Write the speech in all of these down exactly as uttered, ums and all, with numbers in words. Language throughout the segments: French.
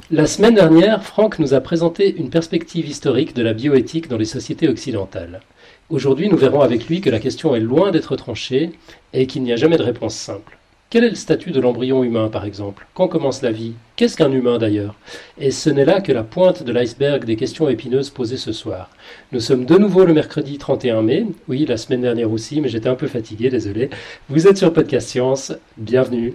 La semaine dernière, Franck nous a présenté une perspective historique de la bioéthique dans les sociétés occidentales. Aujourd'hui, nous verrons avec lui que la question est loin d'être tranchée et qu'il n'y a jamais de réponse simple. Quel est le statut de l'embryon humain, par exemple? Quand commence la vie? Qu'est-ce qu'un humain, d'ailleurs? Et ce n'est là que la pointe de l'iceberg des questions épineuses posées ce soir. Nous sommes de nouveau le mercredi trente et un mai. Oui, la semaine dernière aussi, mais j'étais un peu fatigué, désolé. Vous êtes sur Podcast Science. Bienvenue.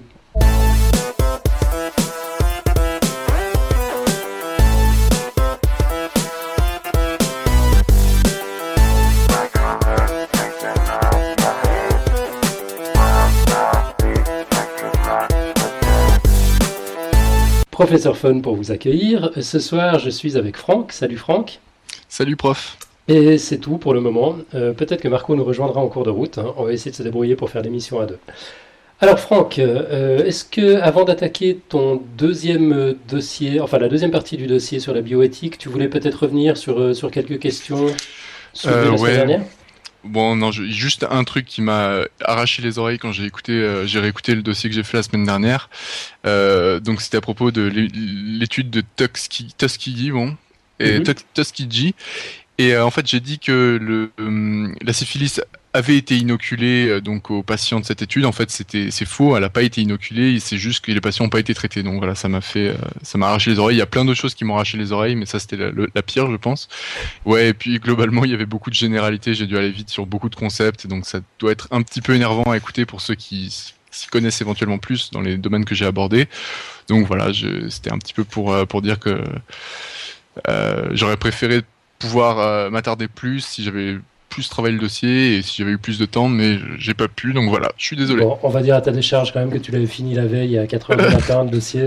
Professeur Fun pour vous accueillir. Ce soir, je suis avec Franck. Salut Franck. Salut prof. Et c'est tout pour le moment. Euh, peut-être que Marco nous rejoindra en cours de route. Hein. On va essayer de se débrouiller pour faire l'émission à deux. Alors Franck, euh, est-ce que avant d'attaquer ton deuxième dossier, enfin la deuxième partie du dossier sur la bioéthique, tu voulais peut-être revenir sur, euh, sur quelques questions soulevées Euh, la semaine ouais. dernière? Bon, non, je- juste un truc qui m'a arraché les oreilles quand j'ai écouté, euh, j'ai réécouté le dossier que j'ai fait la semaine dernière. Euh, donc c'était à propos de l'é- l'étude de Tuskegee, Tuskegee, bon, et Mhm. Tus- Tuskegee. Et euh, en fait, j'ai dit que le, euh, la syphilis avait été inoculée euh, donc aux patients de cette étude. En fait, c'était c'est faux. Elle n'a pas été inoculée. C'est juste que les patients n'ont pas été traités. Donc voilà, ça m'a fait, euh, ça m'a arraché les oreilles. Il y a plein d'autres choses qui m'ont arraché les oreilles, mais ça c'était la, le- la pire, je pense. Ouais. Et puis globalement, il y avait beaucoup de généralités. J'ai dû aller vite sur beaucoup de concepts. Donc ça doit être un petit peu énervant à écouter pour ceux qui s'y connaissent éventuellement plus dans les domaines que j'ai abordés. Donc voilà, je, c'était un petit peu pour euh, pour dire que euh, j'aurais préféré pouvoir euh, m'attarder plus si j'avais plus travaillé le dossier et si j'avais eu plus de temps, mais j'ai pas pu, donc voilà, je suis désolé. Bon, on va dire à ta décharge quand même que tu l'avais fini la veille à quatre heures du matin, le dossier.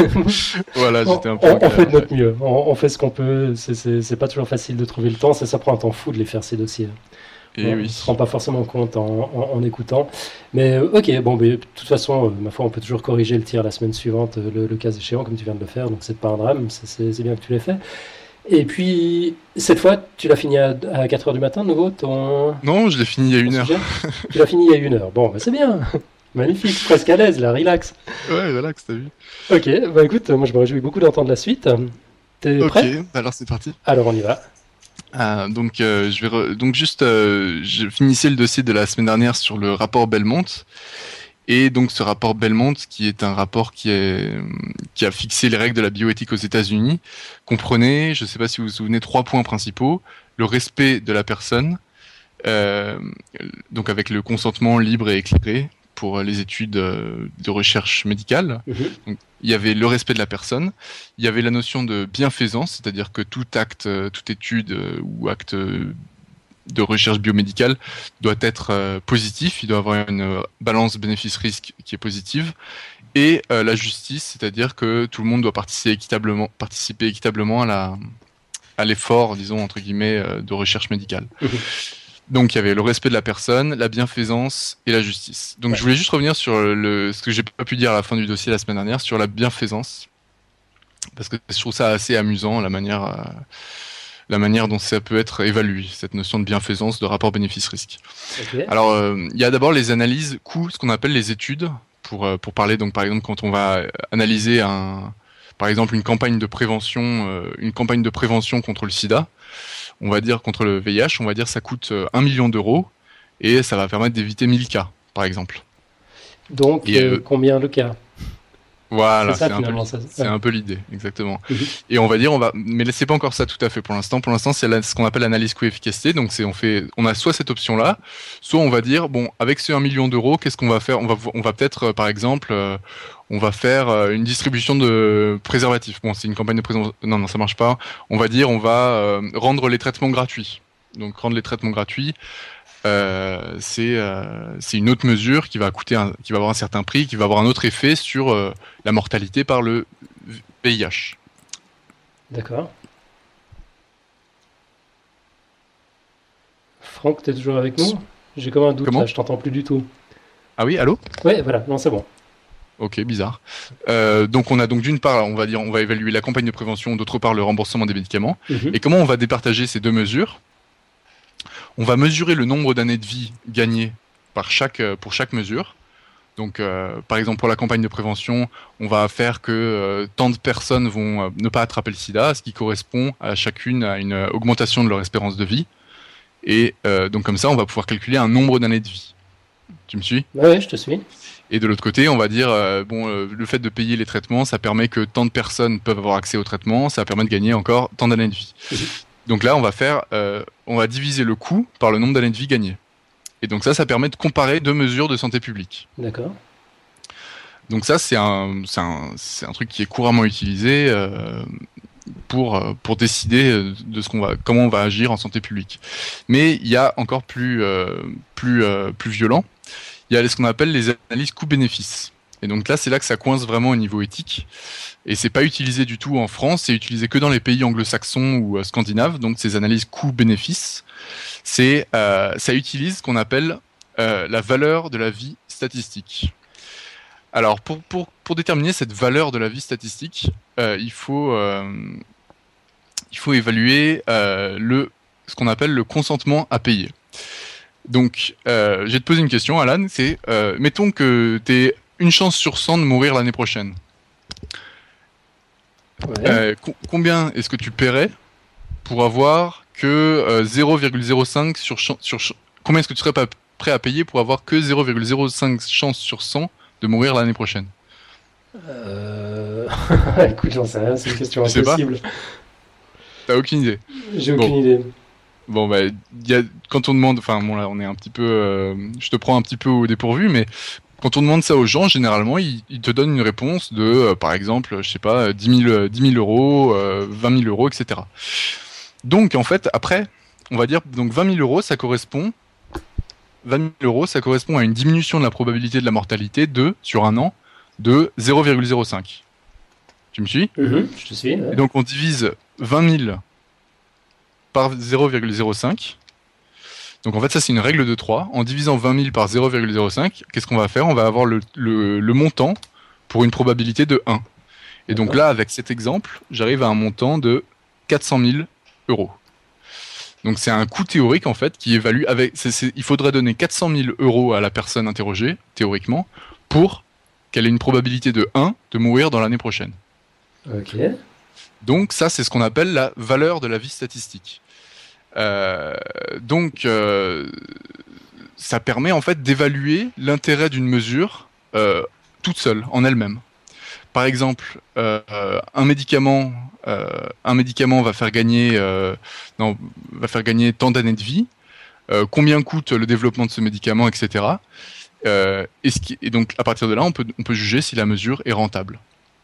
Voilà, On, j'étais un peu on- en on fait de galère. notre mieux, on, on fait ce qu'on peut. C'est- C'est c'est pas toujours facile de trouver le temps, ça, ça prend un temps fou de les faire ces dossiers. Et On ne oui. se rend pas forcément compte en, en- en écoutant. Mais euh, ok, bon, mais, de toute façon, euh, ma foi, on peut toujours corriger le tir la semaine suivante, euh, le, le cas échéant, comme tu viens de le faire, donc c'est pas un drame, c'est c'est- c'est bien que tu l'aies fait. Et puis, cette fois, tu l'as fini à, à quatre heures du matin, de nouveau, ton, Non, je l'ai fini il y a ton une heure. sujet? Tu l'as fini il y a une heure. Bon, bah, c'est bien. Magnifique, presque à l'aise, là, relax. Ouais, relax, t'as vu. Ok, bah écoute, moi je me réjouis beaucoup d'entendre la suite. T'es Ok, prêt? alors c'est parti. Alors on y va. Ah, donc, euh, je vais re- donc juste, euh, je finissais le dossier de la semaine dernière sur le rapport Belmont. Et donc ce rapport Belmont, qui est un rapport qui, est, qui a fixé les règles de la bioéthique aux États-Unis, comprenait, je ne sais pas si vous vous souvenez, trois points principaux. Le respect de la personne, euh, donc avec le consentement libre et éclairé pour les études euh, de recherche médicale. Mhm. Donc, il y avait le respect de la personne, il y avait la notion de bienfaisance, c'est-à-dire que tout acte, euh, toute étude euh, ou acte euh, de recherche biomédicale doit être euh, positif, il doit avoir une euh, balance bénéfice-risque qui est positive, et euh, la justice, c'est-à-dire que tout le monde doit participer équitablement, participer équitablement à la, à l'effort, disons entre guillemets, euh, de recherche médicale. Mhm. Donc il y avait le respect de la personne, la bienfaisance et la justice. Donc Ouais. je voulais juste revenir sur le, ce que j'ai pas pu dire à la fin du dossier la semaine dernière, sur la bienfaisance, parce que je trouve ça assez amusant, la manière... euh, la manière dont ça peut être évalué, cette notion de bienfaisance, de rapport bénéfice-risque. Ok. Alors, euh, il y a d'abord les analyses coûts, ce qu'on appelle les études, pour, euh, pour parler, donc par exemple, quand on va analyser un, par exemple, une campagne de prévention, euh, une campagne de prévention contre le sida, on va dire contre le V I H, on va dire ça coûte euh, un million d'euros, et ça va permettre d'éviter mille cas, par exemple. Donc, Et, euh, euh, combien le cas? Voilà, C'est ça c'est un peu, finalement. Ça, c'est ouais. un peu l'idée, exactement. Mhm. Et on va dire, on va, mais c'est pas encore ça tout à fait pour l'instant. Pour l'instant, c'est la- ce qu'on appelle l'analyse coût-efficacité. Donc, c'est, on fait, on a soit cette option-là, soit on va dire, bon, avec ce un million d'euros, qu'est-ce qu'on va faire? On va, on va peut-être, euh, par exemple, euh, on va faire euh, une distribution de préservatifs. Bon, c'est une campagne de préservatifs. Non, non, ça marche pas. On va dire, on va euh, rendre les traitements gratuits. Donc, rendre les traitements gratuits. Euh, c'est euh, c'est une autre mesure qui va coûter un, qui va avoir un certain prix, qui va avoir un autre effet sur euh, la mortalité par le V I H. D'accord. Franck, t'es toujours avec nous? J'ai comme un doute Comment? là, je t'entends plus du tout. Ah oui, allô? Ouais, voilà, non, c'est bon. Ok, bizarre. Euh, donc on a donc d'une part, on va dire, on va évaluer la campagne de prévention, d'autre part le remboursement des médicaments. Mhm. Et comment on va départager ces deux mesures? On va mesurer le nombre d'années de vie gagnées par chaque, euh, pour chaque mesure. Donc, euh, par exemple, pour la campagne de prévention, on va faire que euh, tant de personnes vont euh, ne pas attraper le sida, ce qui correspond à chacune à une augmentation de leur espérance de vie. Et euh, donc, comme ça, on va pouvoir calculer un nombre d'années de vie. Tu me suis ? Ouais, ouais, je te suis. Et de l'autre côté, on va dire, euh, bon, euh, le fait de payer les traitements, ça permet que tant de personnes peuvent avoir accès aux traitements, ça permet de gagner encore tant d'années de vie. Mmh. Donc là, on va faire, euh, on va diviser le coût par le nombre d'années de vie gagnées. Et donc ça, ça permet de comparer deux mesures de santé publique. D'accord. Donc ça, c'est un, c'est un, c'est un truc qui est couramment utilisé euh, pour pour décider de ce qu'on va, comment on va agir en santé publique. Mais il y a encore plus euh, plus euh, plus violent. Il y a ce qu'on appelle les analyses coût-bénéfice. Et donc là, c'est là que ça coince vraiment au niveau éthique. Et c'est pas utilisé du tout en France, c'est utilisé que dans les pays anglo-saxons ou euh, scandinaves. Donc ces analyses coût-bénéfice, c'est euh, ça utilise ce qu'on appelle euh, la valeur de la vie statistique. Alors pour pour pour déterminer cette valeur de la vie statistique, euh, il faut euh, il faut évaluer euh, le ce qu'on appelle le consentement à payer. Donc euh, je vais te poser une question, Alan. C'est euh, mettons que t'aies une chance sur cent de mourir l'année prochaine. Ouais. Euh, co- combien est-ce que tu paierais pour avoir que euh, zéro virgule zéro cinq sur, chan- sur ch- combien est-ce que tu serais pas prêt à payer pour avoir que zéro virgule zéro cinq chances sur cent de mourir l'année prochaine? Euh... Écoute, j'en sais rien, c'est une question Je sais pas. impossible. T'as aucune idée. J'ai Bon. aucune idée. Bon bah y a, quand on demande, enfin bon là on est un petit peu, euh, je te prends un petit peu au dépourvu, mais quand on demande ça aux gens, généralement ils, ils te donnent une réponse de, euh, par exemple, je sais pas, dix mille euros, euh, vingt mille euros, et cetera. Donc en fait après, on va dire donc vingt mille euros, ça correspond, vingt mille euros, ça correspond à une diminution de la probabilité de la mortalité de sur un an de zéro virgule zéro cinq. Tu me suis? Mhm, je te suis. Ouais. Et donc on divise vingt mille par zéro virgule zéro cinq. Donc en fait ça c'est une règle de trois. En divisant vingt mille par zéro virgule zéro cinq, qu'est-ce qu'on va faire? On va avoir le, le, le montant pour une probabilité de un. Et donc là avec cet exemple, j'arrive à un montant de quatre cent mille euros. Donc c'est un coût théorique en fait qui évalue avec. C'est, c'est, il faudrait donner quatre cent mille euros à la personne interrogée, théoriquement, pour qu'elle ait une probabilité de un de mourir dans l'année prochaine. Ok. Donc ça, c'est ce qu'on appelle la valeur de la vie statistique. Euh, donc, euh, ça permet en fait d'évaluer l'intérêt d'une mesure euh, toute seule, en elle-même. Par exemple, euh, un médicament, euh, un médicament va faire gagner, euh, non, va faire gagner tant d'années de vie. Euh, combien coûte le développement de ce médicament, et cetera. Euh, et, ce qui, et donc, à partir de là, on peut, on peut juger si la mesure est rentable.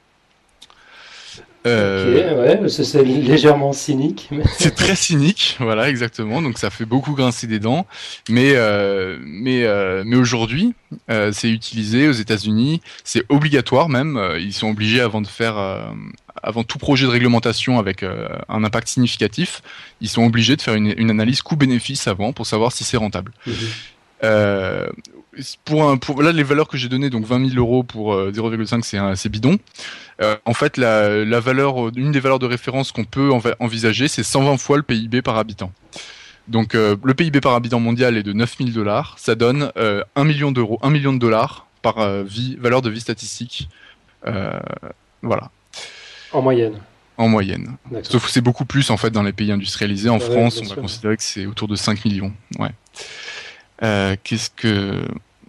Euh... Ok, ouais, c'est, c'est légèrement cynique. Mais... c'est très cynique, voilà, exactement. Donc ça fait beaucoup grincer des dents, mais euh, mais euh, mais aujourd'hui, euh, c'est utilisé aux États-Unis, c'est obligatoire même. Ils sont obligés avant de faire, euh, avant tout projet de réglementation avec euh, un impact significatif, ils sont obligés de faire une, une analyse coût-bénéfice avant pour savoir si c'est rentable. Mmh. Euh, pour un, pour là les valeurs que j'ai données, donc vingt mille euros pour euh, zéro virgule cinq, c'est, un, c'est bidon. Euh, en fait, la, la valeur, une des valeurs de référence qu'on peut env- envisager, c'est cent vingt fois le P I B par habitant. Donc, euh, le P I B par habitant mondial est de neuf mille dollars. Ça donne euh, un million d'euros, un million de dollars par euh, vie, valeur de vie statistique. Euh, voilà. En moyenne. En moyenne. D'accord. Sauf que c'est beaucoup plus en fait dans les pays industrialisés. En ouais, France, on sûr. va considérer que c'est autour de cinq millions. Ouais. Euh, qu'est-ce que...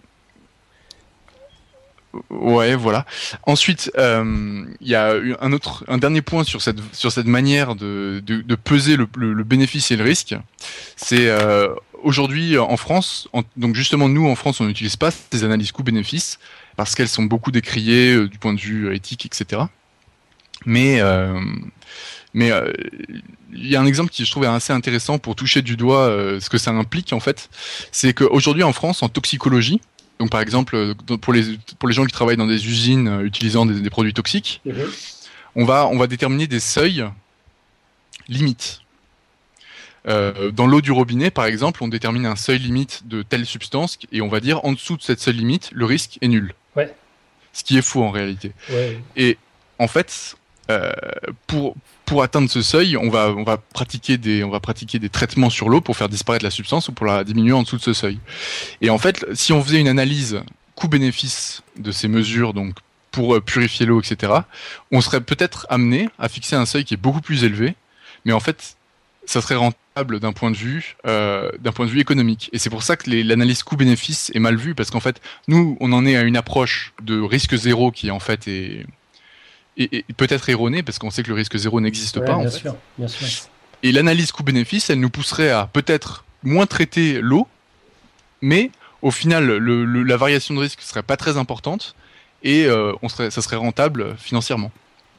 Ouais, voilà. Ensuite, il euh, y a un autre, un dernier point sur cette sur cette manière de de, de peser le, le, le bénéfice et le risque. C'est euh, aujourd'hui en France, en, donc justement nous en France, on n'utilise pas ces analyses coût-bénéfice parce qu'elles sont beaucoup décriées euh, du point de vue éthique, et cetera. Mais euh, mais il euh, y a un exemple qui je trouve assez intéressant pour toucher du doigt euh, ce que ça implique en fait. C'est qu'aujourd'hui en France, en toxicologie, donc par exemple pour les pour les gens qui travaillent dans des usines euh, utilisant des, des produits toxiques, mmh. on va on va déterminer des seuils limites. Euh, dans l'eau du robinet, par exemple, on détermine un seuil limite de telle substance et on va dire en dessous de cette seuil limite, le risque est nul. Ouais. Ce qui est faux en réalité. Ouais. Et en fait, euh, pour pour atteindre ce seuil, on va on va pratiquer des on va pratiquer des traitements sur l'eau pour faire disparaître la substance ou pour la diminuer en dessous de ce seuil. Et en fait, si on faisait une analyse coût-bénéfice de ces mesures, donc pour euh, purifier l'eau, et cetera, on serait peut-être amené à fixer un seuil qui est beaucoup plus élevé, mais en fait, ça serait rentable d'un point de vue, euh, d'un point de vue économique. Et c'est pour ça que les, l'analyse coût-bénéfice est mal vue, parce qu'en fait, nous, on en est à une approche de risque zéro qui en fait est, est, est peut-être erronée, parce qu'on sait que le risque zéro n'existe Ouais, pas. bien En sûr, fait. bien sûr. Et l'analyse coût-bénéfice, elle nous pousserait à peut-être moins traiter l'eau, mais au final, le, le, la variation de risque serait pas très importante, et euh, on serait, ça serait rentable financièrement.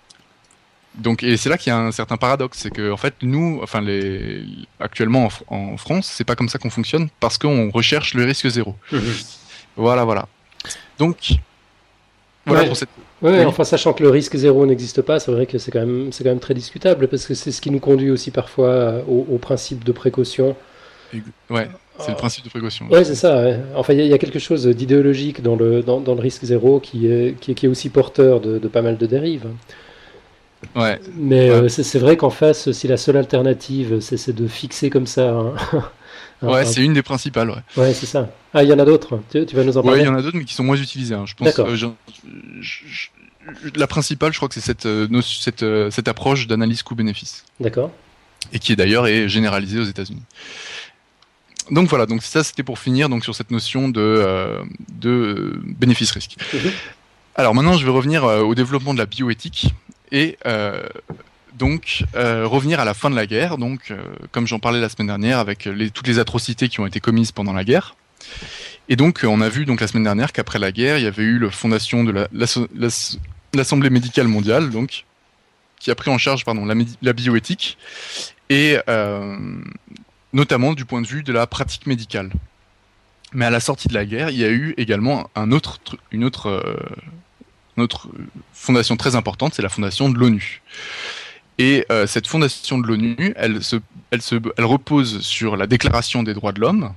Donc, et c'est là qu'il y a un certain paradoxe, c'est que en fait, nous, enfin, les, actuellement en, en France, c'est pas comme ça qu'on fonctionne, parce qu'on recherche le risque zéro. Mmh. Voilà, voilà. Donc, voilà ouais. pour cette. Ouais, oui. Enfin, sachant que le risque zéro n'existe pas, c'est vrai que c'est quand même, c'est quand même très discutable, parce que c'est ce qui nous conduit aussi parfois au, au principe de précaution. Ouais, c'est le principe de précaution. Ouais, c'est ça. Ouais. Enfin, il y, y a quelque chose d'idéologique dans le, dans, dans le risque zéro qui est, qui est, qui est aussi porteur de, de pas mal de dérives. Ouais. Mais ouais. Euh, c'est, c'est vrai qu'en face, si la seule alternative, c'est, c'est de fixer comme ça. Hein, ouais, un, c'est une des principales. Ouais, ouais c'est ça. Ah, il y en a d'autres. Tu, tu vas nous en parler. Ouais, il y en a d'autres, mais qui sont moins utilisées. Hein. Je pense. D'accord. Euh, je, je, je, la principale, je crois que c'est cette, euh, cette, euh, cette approche d'analyse coût-bénéfice. D'accord. Et qui est d'ailleurs est généralisée aux États-Unis. Donc voilà, donc ça c'était pour finir donc sur cette notion de, euh, de bénéfice-risque. Mmh. Alors maintenant je vais revenir euh, au développement de la bioéthique et euh, donc euh, revenir à la fin de la guerre, donc euh, comme j'en parlais la semaine dernière avec les, toutes les atrocités qui ont été commises pendant la guerre. Et donc on a vu donc la semaine dernière qu'après la guerre il y avait eu la fondation de la, la, la, l'Assemblée médicale mondiale, donc qui a pris en charge pardon la, la bioéthique et euh, notamment du point de vue de la pratique médicale. Mais à la sortie de la guerre, il y a eu également un autre, une, autre, euh, une autre fondation très importante, c'est la fondation de l'ONU. Et euh, cette fondation de l'ONU, elle, se, elle, se, elle repose sur la Déclaration des droits de l'homme.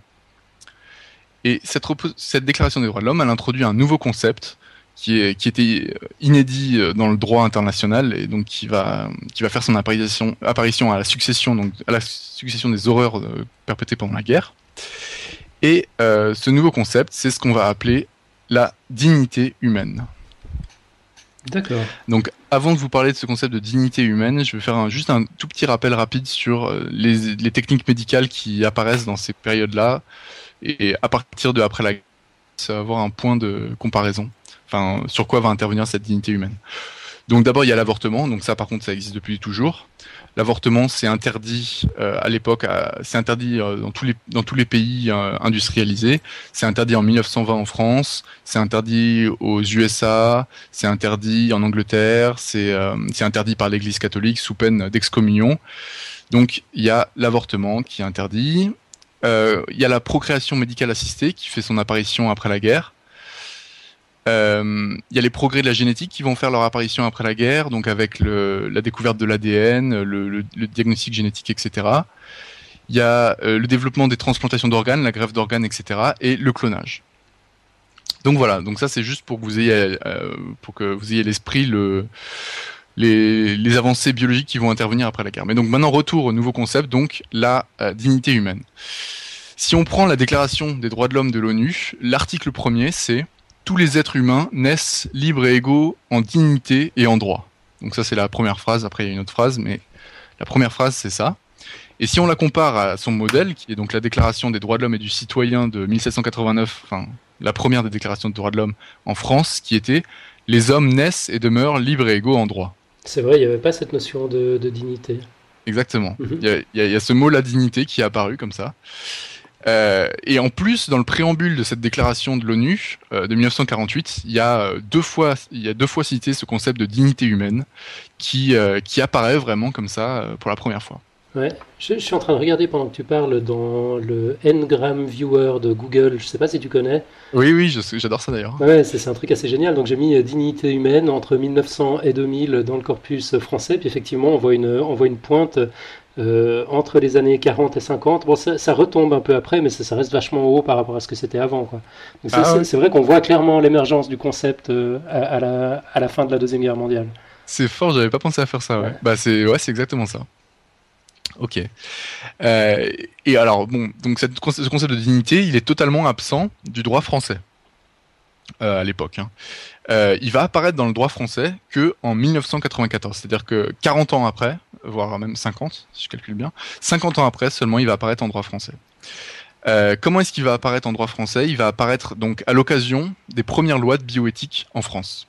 Et cette, repose, cette Déclaration des droits de l'homme, elle introduit un nouveau concept qui, est, qui était inédit dans le droit international et donc qui va, qui va faire son apparition, apparition à la succession, donc à la succession des horreurs euh, perpétrées pendant la guerre. Et euh, ce nouveau concept, c'est ce qu'on va appeler la dignité humaine. D'accord. Donc, avant de vous parler de ce concept de dignité humaine, je vais faire un, juste un tout petit rappel rapide sur euh, les, les techniques médicales qui apparaissent dans ces périodes-là. Et à partir de après la guerre, ça va avoir un point de comparaison. Enfin, sur quoi va intervenir cette dignité humaine. Donc d'abord il y a l'avortement, donc ça par contre ça existe depuis toujours. L'avortement c'est interdit euh, à l'époque, à, c'est interdit euh, dans tous les dans tous les pays euh, industrialisés. C'est interdit en mille neuf cent vingt en France, c'est interdit aux U S A, c'est interdit en Angleterre, c'est euh, c'est interdit par l'Église catholique sous peine d'excommunion. Donc il y a l'avortement qui est interdit. Euh, il y a la procréation médicale assistée qui fait son apparition après la guerre. Il euh, y a les progrès de la génétique qui vont faire leur apparition après la guerre, donc avec le, la découverte de l'A D N, le, le, le diagnostic génétique, et cetera. Il y a euh, le développement des transplantations d'organes, la greffe d'organes, et cetera. Et le clonage. Donc voilà, donc ça c'est juste pour que vous ayez, euh, pour que vous ayez l'esprit le, les, les avancées biologiques qui vont intervenir après la guerre. Mais donc maintenant retour au nouveau concept, donc la euh, dignité humaine. Si on prend la Déclaration des droits de l'homme de l'ONU, l'article premier c'est tous les êtres humains naissent libres et égaux en dignité et en droit. Donc ça c'est la première phrase, après il y a une autre phrase, mais la première phrase c'est ça. Et si on la compare à son modèle, qui est donc la Déclaration des droits de l'homme et du citoyen de mille sept cent quatre-vingt-neuf, enfin la première des déclarations des droits de l'homme en France, qui était « Les hommes naissent et demeurent libres et égaux en droit ». C'est vrai, il n'y avait pas cette notion de, de dignité. Exactement. Il mm-hmm. y, y, y a ce mot, la dignité, qui est apparu comme ça. Euh, et en plus, dans le préambule de cette déclaration de l'ONU euh, de mille neuf cent quarante-huit, il y a deux fois, il y a deux fois cité ce concept de dignité humaine qui euh, qui apparaît vraiment comme ça euh, pour la première fois. Ouais, je, je suis en train de regarder pendant que tu parles dans le Ngram Viewer de Google. Je sais pas si tu connais. Oui, oui, je, j'adore ça d'ailleurs. Ouais, c'est, c'est un truc assez génial. Donc j'ai mis dignité humaine entre mille neuf cents et deux mille dans le corpus français. Puis effectivement, on voit une, on voit une pointe. Euh, entre les années quarante et cinquante, bon, ça, ça retombe un peu après, mais ça, ça reste vachement haut par rapport à ce que c'était avant, quoi. Donc c'est, ah, ouais. c'est, c'est vrai qu'on voit clairement l'émergence du concept euh, à, à, la, à la fin de la Deuxième Guerre mondiale. C'est fort, j'avais pas pensé à faire ça, ouais. ouais. Bah c'est, ouais, c'est exactement ça. Ok. Euh, et alors, bon, donc cette, ce concept de dignité, il est totalement absent du droit français. euh, à l'époque. Hein. Euh, il va apparaître dans le droit français que en mille neuf cent quatre-vingt-quatorze, c'est-à-dire que quarante ans après, voire même cinquante, si je calcule bien, cinquante ans après seulement, il va apparaître en droit français. Euh, comment est-ce qu'il va apparaître en droit français? Il va apparaître donc à l'occasion des premières lois de bioéthique en France.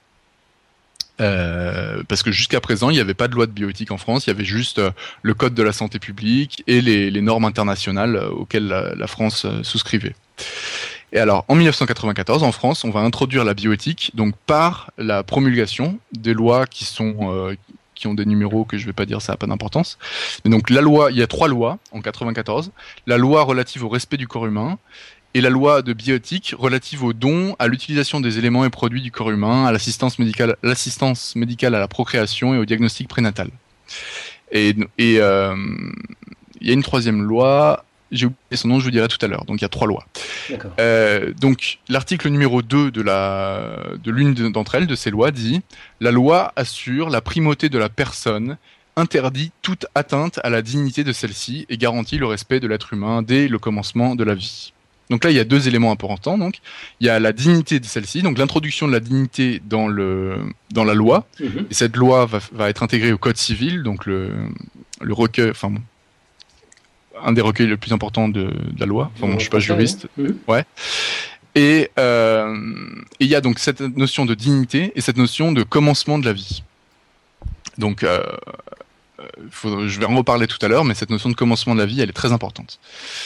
Euh, parce que jusqu'à présent, il n'y avait pas de loi de bioéthique en France, il y avait juste euh, le code de la santé publique et les, les normes internationales euh, auxquelles la, la France euh, souscrivait. Et alors, en mille neuf cent quatre-vingt-quatorze, en France, on va introduire la bioéthique donc par la promulgation des lois qui sont euh, qui ont des numéros que je vais pas dire, ça n'a pas d'importance. Mais donc la loi, il y a trois lois en quatre-vingt-quatorze, la loi relative au respect du corps humain, et la loi de bioéthique relative aux dons, à l'utilisation des éléments et produits du corps humain, à l'assistance médicale, l'assistance médicale à la procréation et au diagnostic prénatal. Et et euh, il y a une troisième loi, j'ai oublié son nom, je vous dirai tout à l'heure. Donc il y a trois lois. Euh, donc l'article numéro deux de la de l'une d'entre elles, de ces lois, dit: la loi assure la primauté de la personne, interdit toute atteinte à la dignité de celle-ci et garantit le respect de l'être humain dès le commencement de la vie. Donc là, il y a deux éléments importants. Donc, il y a la dignité de celle-ci, donc l'introduction de la dignité dans le dans la loi. Mmh. Et cette loi va, va être intégrée au Code civil, donc le le recueil, enfin bon, un des recueils les plus importants de, de la loi. Enfin, bon, je suis pas juriste. Mmh. Ouais. Et euh, il y a donc cette notion de dignité et cette notion de commencement de la vie. Donc, euh, faut, je vais en reparler tout à l'heure, mais cette notion de commencement de la vie, elle est très importante.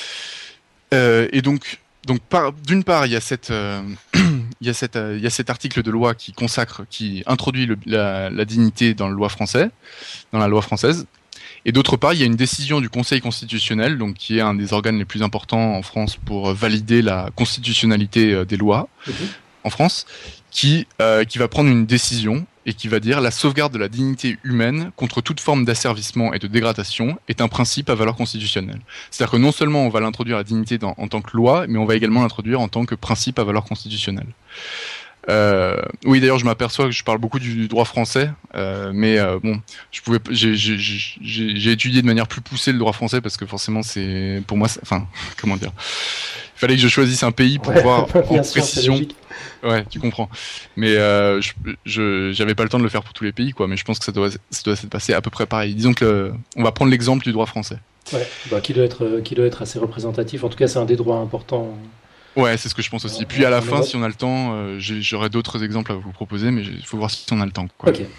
Euh, et donc, donc par, d'une part, il y a cette, euh, il y a cette, euh, il y a cet article de loi qui consacre, qui introduit le, la, la dignité dans la loi française, dans la loi française. Et d'autre part, il y a une décision du Conseil constitutionnel, donc qui est un des organes les plus importants en France pour valider la constitutionnalité des lois mmh. en France, qui euh, qui va prendre une décision et qui va dire: la sauvegarde de la dignité humaine contre toute forme d'asservissement et de dégradation est un principe à valeur constitutionnelle. C'est-à-dire que non seulement on va l'introduire la dignité dans, en tant que loi, mais on va également l'introduire en tant que principe à valeur constitutionnelle. Euh, oui, d'ailleurs, je m'aperçois que je parle beaucoup du droit français, euh, mais euh, bon, je pouvais, j'ai, j'ai, j'ai, j'ai étudié de manière plus poussée le droit français parce que forcément, c'est pour moi, enfin, comment dire, il fallait que je choisisse un pays pour ouais, voir en sûr, précision. Ouais, tu comprends. Mais euh, je, je, j'avais pas le temps de le faire pour tous les pays, quoi. Mais je pense que ça doit, ça doit s'être passé à peu près pareil. Disons que le, on va prendre l'exemple du droit français. Ouais, bah, qui doit être, qui doit être assez représentatif. En tout cas, c'est un des droits importants. Ouais, c'est ce que je pense aussi. Puis à la fin, si on a le temps, euh, j'aurai d'autres exemples à vous proposer, mais il faut voir si on a le temps, quoi. Ok.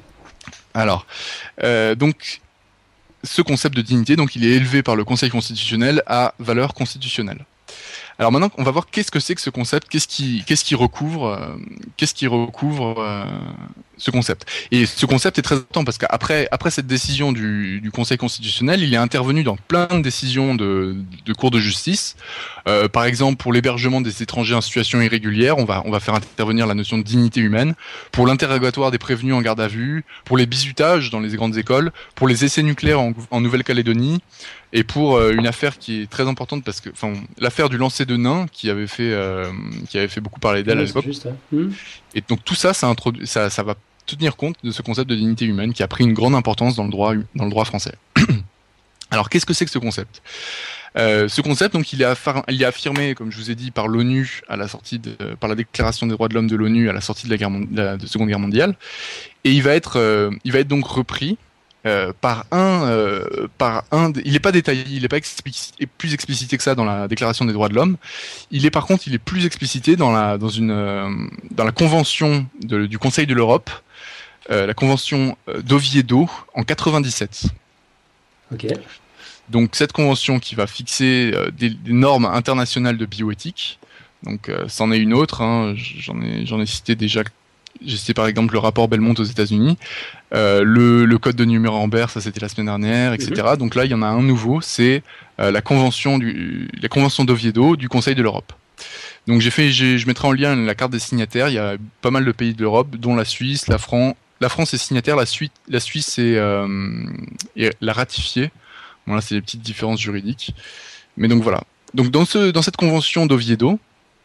Alors, euh, donc, ce concept de dignité, donc, il est élevé par le Conseil constitutionnel à valeur constitutionnelle. Alors maintenant, on va voir qu'est-ce que c'est que ce concept, qu'est-ce qui, qu'est-ce qui recouvre, euh, qu'est-ce qui recouvre euh, ce concept. Et ce concept est très important parce qu'après, après cette décision du, du Conseil constitutionnel, il est intervenu dans plein de décisions de, de cours de justice. Euh, par exemple, pour l'hébergement des étrangers en situation irrégulière, on va, on va faire intervenir la notion de dignité humaine. Pour l'interrogatoire des prévenus en garde à vue, pour les bizutages dans les grandes écoles, pour les essais nucléaires en, en Nouvelle-Calédonie. Et pour euh, une affaire qui est très importante parce que, enfin, l'affaire du lancer de nains qui avait fait, euh, qui avait fait beaucoup parler d'elle ouais, à l'époque. Juste, hein. mmh. Et donc tout ça, ça, introdu- ça, ça va tenir compte de ce concept de dignité humaine qui a pris une grande importance dans le droit, dans le droit français. Alors, qu'est-ce que c'est que ce concept ? Euh, ce concept, donc, il est, affar- il est affirmé, comme je vous ai dit, par l'ONU à la sortie de, par la Déclaration des droits de l'homme de l'ONU à la sortie de la, guerre mon- de la de Seconde Guerre mondiale, et il va être, euh, il va être donc repris. Euh, par un, euh, par un, il n'est pas détaillé, il n'est pas explic- plus explicité que ça dans la Déclaration des droits de l'homme. Il est par contre, il est plus explicité dans la, dans une, euh, dans la convention de, du Conseil de l'Europe, euh, la convention d'Oviedo en quatre-vingt-dix-sept. Ok. Donc cette convention qui va fixer euh, des, des normes internationales de bioéthique. Donc euh, c'en est une autre. Hein, j'en ai, j'en ai cité déjà. J'ai cité par exemple le rapport Belmont aux États-Unis, euh, le, le code de Nuremberg, ça c'était la semaine dernière, et cetera. Mm-hmm. Donc là, il y en a un nouveau, c'est euh, la convention du, la convention d'Oviedo du Conseil de l'Europe. Donc j'ai fait, j'ai, je mettrai en lien la carte des signataires. Il y a pas mal de pays d'Europe, dont la Suisse, la France. La France est signataire, la Suisse, la Suisse est, euh, est l'a ratifiée. Bon là, c'est des petites différences juridiques. Mais donc voilà. Donc dans ce, dans cette convention d'Oviedo,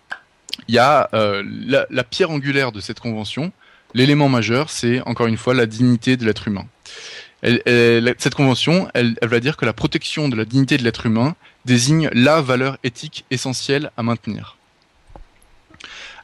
il y a euh, la, la pierre angulaire de cette convention, l'élément majeur, c'est encore une fois la dignité de l'être humain. Elle, elle, cette convention, elle, elle va dire que la protection de la dignité de l'être humain désigne la valeur éthique essentielle à maintenir. Alors,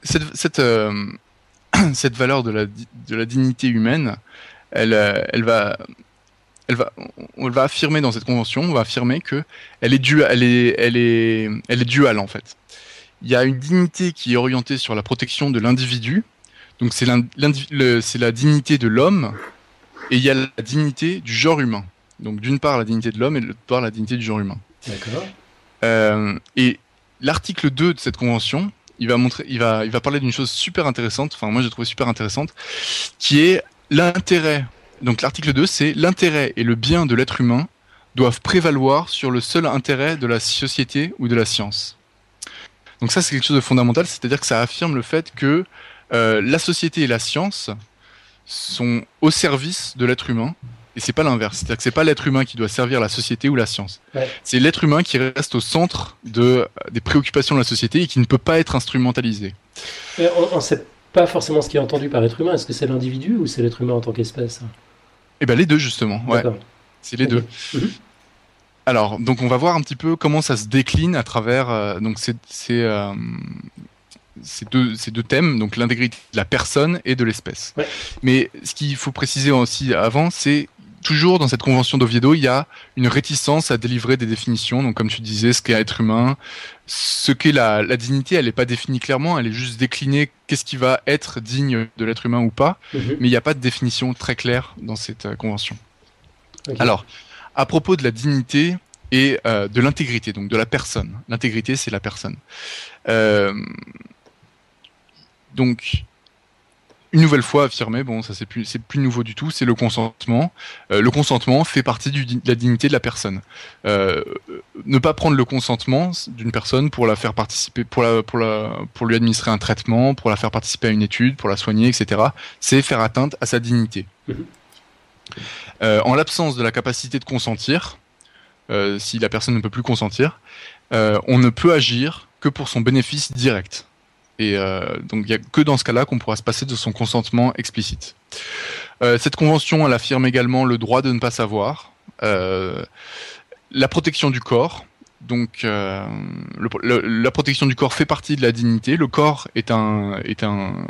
cette, cette, euh, cette valeur de la, de la dignité humaine, elle, euh, elle va, elle va, on va affirmer dans cette convention, on va affirmer que elle est due, elle est, elle est, elle est duale en fait. Il y a une dignité qui est orientée sur la protection de l'individu, donc c'est c'est la dignité de l'homme, et il y a la dignité du genre humain. Donc d'une part la dignité de l'homme et d'autre part la dignité du genre humain. D'accord. Euh, et l'article deux de cette convention, il va montrer, il va, il va parler d'une chose super intéressante. Enfin, moi, j'ai trouvé super intéressante, qui est l'intérêt. Donc, l'article deux, c'est l'intérêt et le bien de l'être humain doivent prévaloir sur le seul intérêt de la société ou de la science. Donc, ça, c'est quelque chose de fondamental. C'est-à-dire que ça affirme le fait que euh, la société et la science sont au service de l'être humain. Et c'est pas l'inverse, c'est-à-dire que c'est pas l'être humain qui doit servir la société ou la science. Ouais. C'est l'être humain qui reste au centre de, des préoccupations de la société et qui ne peut pas être instrumentalisé. Mais on ne sait pas forcément ce qui est entendu par être humain. Est-ce que c'est l'individu ou c'est l'être humain en tant qu'espèce? Eh ben les deux justement. Ouais. C'est les okay. deux. Mm-hmm. Alors donc on va voir un petit peu comment ça se décline à travers euh, donc c'est c'est euh, Ces deux, ces deux thèmes, donc l'intégrité de la personne et de l'espèce. Ouais. Mais ce qu'il faut préciser aussi avant, c'est toujours dans cette convention d'Oviedo, il y a une réticence à délivrer des définitions. Donc comme tu disais, ce qu'est être humain, ce qu'est la, la dignité, elle n'est pas définie clairement, elle est juste déclinée, qu'est-ce qui va être digne de l'être humain ou pas. Mm-hmm. Mais il n'y a pas de définition très claire dans cette euh, convention. Okay. Alors, à propos de la dignité et euh, de l'intégrité, donc de la personne. L'intégrité, c'est la personne. Euh, Donc, une nouvelle fois affirmé, bon, ça c'est plus, c'est plus nouveau du tout, c'est le consentement. Euh, le consentement fait partie du, de la dignité de la personne. Euh, ne pas prendre le consentement d'une personne pour la faire participer, pour la, pour la, pour lui administrer un traitement, pour la faire participer à une étude, pour la soigner, et cetera, c'est faire atteinte à sa dignité. Mmh. Euh, en l'absence de la capacité de consentir, euh, si la personne ne peut plus consentir, euh, on ne peut agir que pour son bénéfice direct. Et euh, donc, il n'y a que dans ce cas-là qu'on pourra se passer de son consentement explicite. Euh, cette convention, elle affirme également le droit de ne pas savoir, euh, la protection du corps. Donc, euh, le, le, la protection du corps fait partie de la dignité. Le corps est, un, est, un,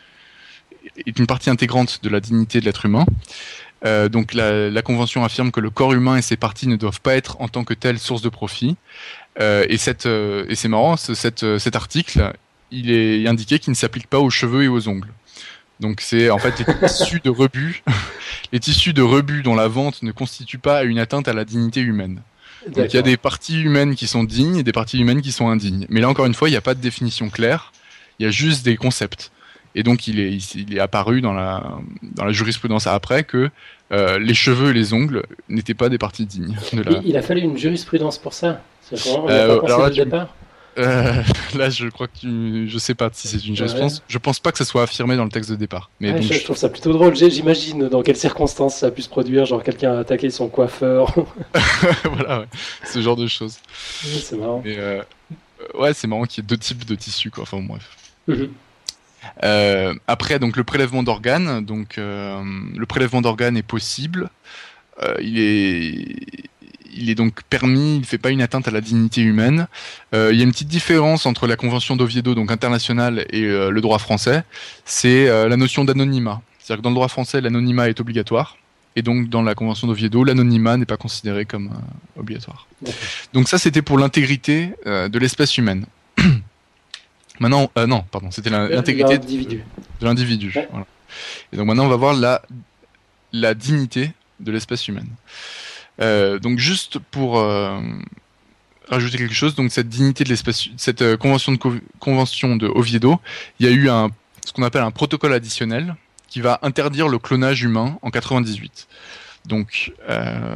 est une partie intégrante de la dignité de l'être humain. Euh, donc, la, la convention affirme que le corps humain et ses parties ne doivent pas être en tant que telles source de profit. Euh, et, cette, euh, et c'est marrant, cette, cet article, il est indiqué qu'il ne s'applique pas aux cheveux et aux ongles. Donc c'est en fait les tissus de rebut, les tissus de rebut dont la vente ne constitue pas une atteinte à la dignité humaine. Donc il y a des parties humaines qui sont dignes et des parties humaines qui sont indignes. Mais là encore une fois, il n'y a pas de définition claire, il y a juste des concepts. Et donc il est, il est apparu dans la, dans la jurisprudence après que euh, les cheveux et les ongles n'étaient pas des parties dignes. De la... Il a fallu une jurisprudence pour ça. C'est on n'a euh, pas pensé dès le départ. Euh, là, je crois que tu... je sais pas si c'est une jurisprudence. Ouais. Je pense pas que ça soit affirmé dans le texte de départ. Mais ouais, donc, je, je trouve ça plutôt drôle. J'imagine dans quelles circonstances ça a pu se produire, genre quelqu'un a attaqué son coiffeur. Voilà, ouais. Ce genre de choses. Ouais, c'est marrant. Mais, euh... ouais, c'est marrant qu'il y ait deux types de tissus, quoi. Enfin, bon, bref. Mm-hmm. Euh, après, donc le prélèvement d'organes. Donc, euh, le prélèvement d'organes est possible. Euh, il est Il est donc permis, il ne fait pas une atteinte à la dignité humaine. Euh, il y a une petite différence entre la convention d'Oviedo, donc internationale, et euh, le droit français. C'est euh, la notion d'anonymat. C'est-à-dire que dans le droit français, l'anonymat est obligatoire. Et donc dans la convention d'Oviedo, l'anonymat n'est pas considéré comme euh, obligatoire. Okay. Donc ça, c'était pour l'intégrité euh, de l'espèce humaine. Maintenant, euh, non, pardon, c'était l'intégrité de l'individu. Ouais. Voilà. Et donc maintenant, on va voir la, la dignité de l'espèce humaine. Euh, donc juste pour euh, rajouter quelque chose, donc cette dignité de l'espèce, cette euh, convention de convention de Oviedo, il y a eu un ce qu'on appelle un protocole additionnel qui va interdire le clonage humain en quatre-vingt-dix-huit. Donc euh,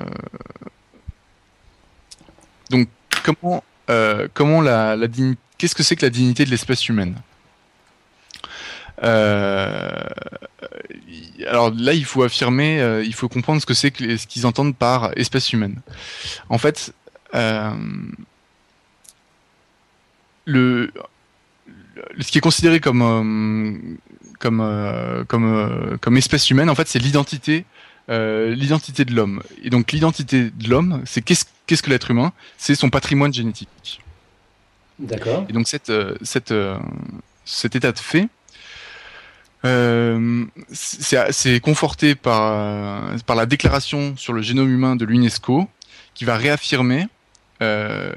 donc comment euh, comment la, la dignité, qu'est-ce que c'est que la dignité de l'espèce humaine? Euh, alors là, il faut affirmer, euh, il faut comprendre ce que c'est que ce qu'ils entendent par espèce humaine. En fait, euh, le, le ce qui est considéré comme euh, comme euh, comme euh, comme espèce humaine, en fait, c'est l'identité euh, l'identité de l'homme. Et donc l'identité de l'homme, c'est qu'est-ce qu'est-ce que l'être humain? C'est son patrimoine génétique. D'accord. Et donc cette euh, cette euh, cet état de fait, euh, c'est, c'est conforté par, par la déclaration sur le génome humain de l'UNESCO, qui va réaffirmer euh,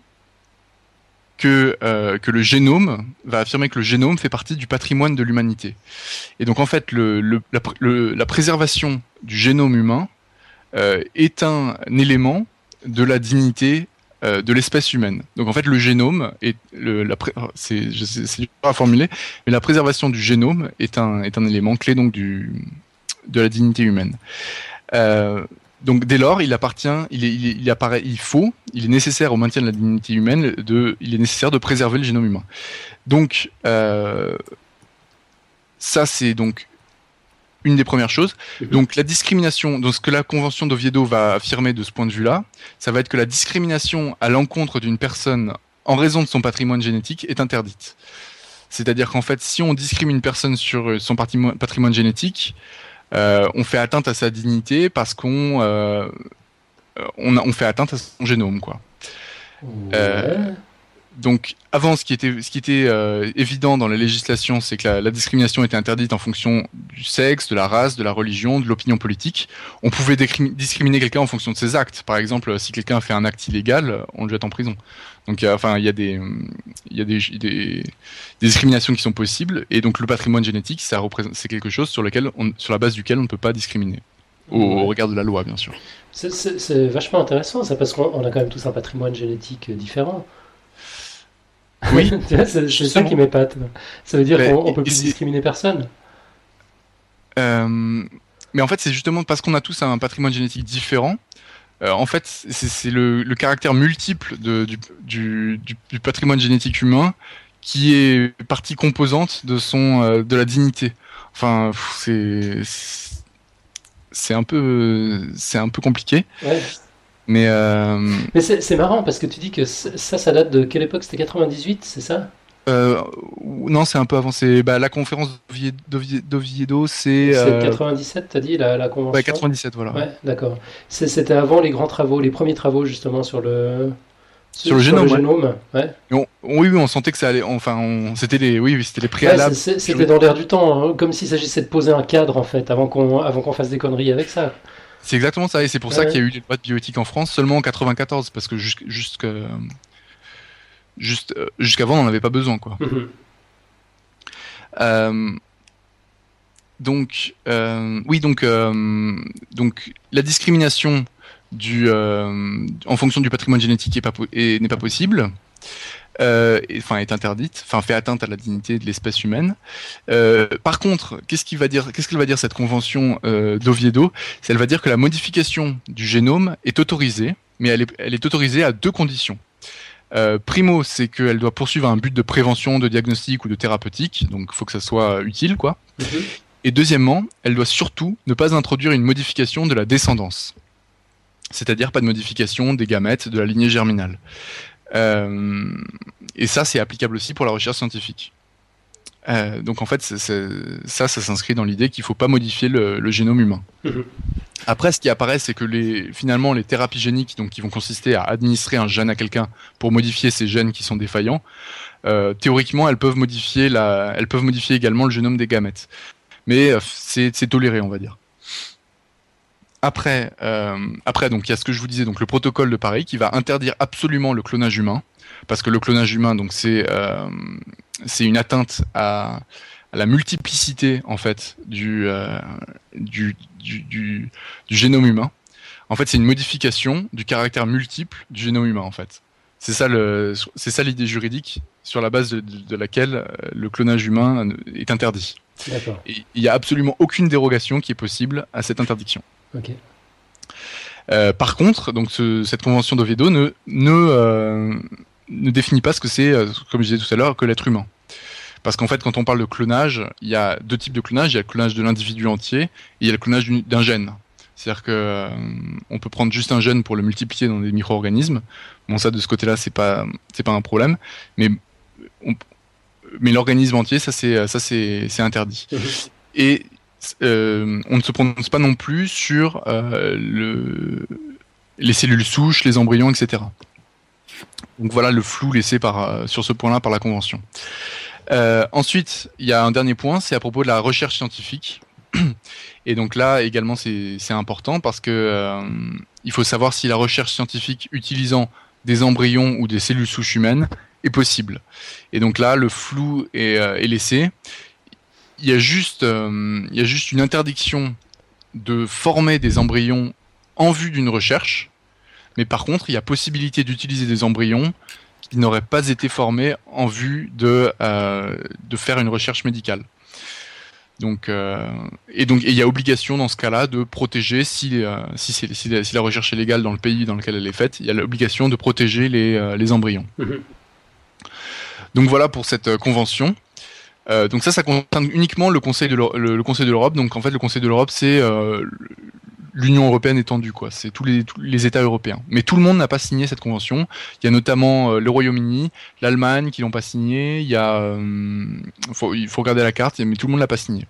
que, euh, que le génome, va affirmer que le génome fait partie du patrimoine de l'humanité. Et donc en fait, le, le, la, le, la préservation du génome humain euh, est un élément de la dignité euh, de l'espèce humaine. Donc en fait, le génome est le, la, c'est, c'est, c'est dur à formuler, mais la préservation du génome est un est un élément clé donc du de la dignité humaine. Euh, donc dès lors, il appartient, il est, il, est, il apparaît, il faut, il est nécessaire au maintien de la dignité humaine de, il est nécessaire de préserver le génome humain. Donc euh, ça c'est donc une des premières choses. Donc la discrimination, donc ce que la Convention d'Oviedo va affirmer de ce point de vue-là, ça va être que la discrimination à l'encontre d'une personne en raison de son patrimoine génétique est interdite. C'est-à-dire qu'en fait, si on discrimine une personne sur son patrimoine, patrimoine génétique, euh, on fait atteinte à sa dignité parce qu'on euh, on, a, on fait atteinte à son génome, quoi. Ouais. Euh, Donc, avant, ce qui était, ce qui était euh, évident dans la législation, c'est que la, la discrimination était interdite en fonction du sexe, de la race, de la religion, de l'opinion politique. On pouvait décrim- discriminer quelqu'un en fonction de ses actes. Par exemple, si quelqu'un fait un acte illégal, on le jette en prison. Donc, euh, enfin, il y a des, il y a des, des, des discriminations qui sont possibles. Et donc, le patrimoine génétique, ça représente, c'est quelque chose sur lequel, on, sur la base duquel on ne peut pas discriminer, au, Ouais. au regard de la loi, bien sûr. C'est, c'est, c'est vachement intéressant ça, parce qu'on on a quand même tous un patrimoine génétique euh, différent. Oui, Tu vois, c'est, c'est ça justement. qui m'épate. Ça veut dire Mais- qu'on on peut et plus c'est- discriminer personne. Euh, mais en fait, c'est justement parce qu'on a tous un patrimoine génétique différent. Euh, en fait, c'est, c'est le, le caractère multiple de, du, du, du, du patrimoine génétique humain qui est partie composante de son euh, de la dignité. Enfin, pff, c'est c'est un peu c'est un peu compliqué. Ouais. Mais euh, Mais c'est, c'est marrant parce que tu dis que c- ça, ça date de quelle époque? C'était quatre-vingt-dix-huit, c'est ça? euh, non, c'est un peu avancé. Bah, la conférence d'Ovie- d'Ovie- d'Oviedo, c'est C'est euh, quatre-vingt-dix-sept, t'as dit, la, la ouais, convention? quatre-vingt-dix-sept, voilà. Ouais, d'accord. C'est- C'était avant les grands travaux, les premiers travaux justement sur le, Sur sur, le sur le génome, ouais. génome. Ouais. Et on- oui, oui, on sentait que ça allait. Enfin, on, c'était les, oui, oui, c'était les Ouais, préalables. c'est- c'est- c'était dans l'air du temps, hein, comme s'il s'agissait de poser un cadre en fait, avant qu'on avant qu'on fasse des conneries avec ça. C'est exactement ça, et c'est pour ça Ouais. qu'il y a eu les lois de bioéthique en France seulement en quatre-vingt-quatorze, parce que jusqu'- jusque, juste, euh, jusqu'avant, on n'en avait pas besoin, quoi. Mhm. Euh, donc, euh, oui, donc, euh, donc, la discrimination du, euh, en fonction du patrimoine génétique est pas po- est- n'est pas possible. Euh, et- enfin, est interdite, enfin, fait atteinte à la dignité de l'espèce humaine. Euh, par contre, qu'est-ce qu'il va dire, qu'est-ce qu'elle va dire cette convention euh, d'Oviedo? C'est, elle va dire que la modification du génome est autorisée, mais elle est, elle est autorisée à deux conditions. Euh, primo, c'est qu'elle doit poursuivre un but de prévention, de diagnostic ou de thérapeutique, donc il faut que ça soit utile, quoi. Mhm. Et deuxièmement, elle doit surtout ne pas introduire une modification de la descendance, c'est-à-dire pas de modification des gamètes de la lignée germinale. Euh, et ça, c'est applicable aussi pour la recherche scientifique. Euh, donc en fait, c'est, c'est, ça, ça s'inscrit dans l'idée qu'il ne faut pas modifier le, le génome humain. Mhm. Après, ce qui apparaît, c'est que les, finalement, les thérapies géniques, donc qui vont consister à administrer un gène à quelqu'un pour modifier ces gènes qui sont défaillants, euh, théoriquement, elles peuvent modifier la, elles peuvent modifier également le génome des gamètes. Mais euh, c'est, c'est toléré, on va dire. Après, euh, après, donc il y a ce que je vous disais, donc le protocole de Paris qui va interdire absolument le clonage humain, parce que le clonage humain, donc c'est euh, c'est une atteinte à, à la multiplicité en fait du, euh, du, du, du du génome humain. En fait, c'est une modification du caractère multiple du génome humain en fait. C'est ça le, c'est ça l'idée juridique sur la base de, de, de laquelle euh, le clonage humain est interdit. D'accord. Et il y a absolument aucune dérogation qui est possible à cette interdiction. Ok. Euh, par contre, donc ce, cette convention d'Oviedo ne ne, euh, ne définit pas ce que c'est, euh, comme je disais tout à l'heure, que l'être humain. Parce qu'en fait, quand on parle de clonage, il y a deux types de clonage. Il y a le clonage de l'individu entier et il y a le clonage d'une- d'un gène. C'est-à-dire que euh, on peut prendre juste un gène pour le multiplier dans des micro-organismes. Bon, ça de ce côté-là, c'est pas c'est pas un problème. Mais on, mais l'organisme entier, ça c'est ça c'est c'est interdit. Mhm. Et euh, on ne se prononce pas non plus sur euh, le, les cellules souches, les embryons, et cetera. Donc voilà le flou laissé par, euh, sur ce point-là par la Convention. Euh, ensuite, il y a un dernier point, c'est à propos de la recherche scientifique. Et donc là également c'est c'est important parce que euh, il faut savoir si la recherche scientifique utilisant des embryons ou des cellules souches humaines est possible. Et donc là le flou est, euh, est laissé. Il y a juste euh, il y a juste une interdiction de former des embryons en vue d'une recherche, mais par contre il y a possibilité d'utiliser des embryons qui n'auraient pas été formés en vue de euh, de faire une recherche médicale. Donc, euh, et donc, il y a obligation dans ce cas-là de protéger, si, euh, si, c'est, si, la, si la recherche est légale dans le pays dans lequel elle est faite, il y a l'obligation de protéger les, euh, les embryons. Mmh. Donc voilà pour cette euh, convention. Euh, donc ça, ça concerne uniquement le Conseil de l'Europe. Le, le Conseil de l'Europe. Donc en fait, le Conseil de l'Europe, c'est euh, l'Union européenne étendue, quoi. C'est tous les, tous les États européens. Mais tout le monde n'a pas signé cette convention. Il y a notamment euh, le Royaume-Uni, l'Allemagne qui l'ont pas signé. Il y a, euh, faut, il faut regarder la carte, mais tout le monde l'a pas signé.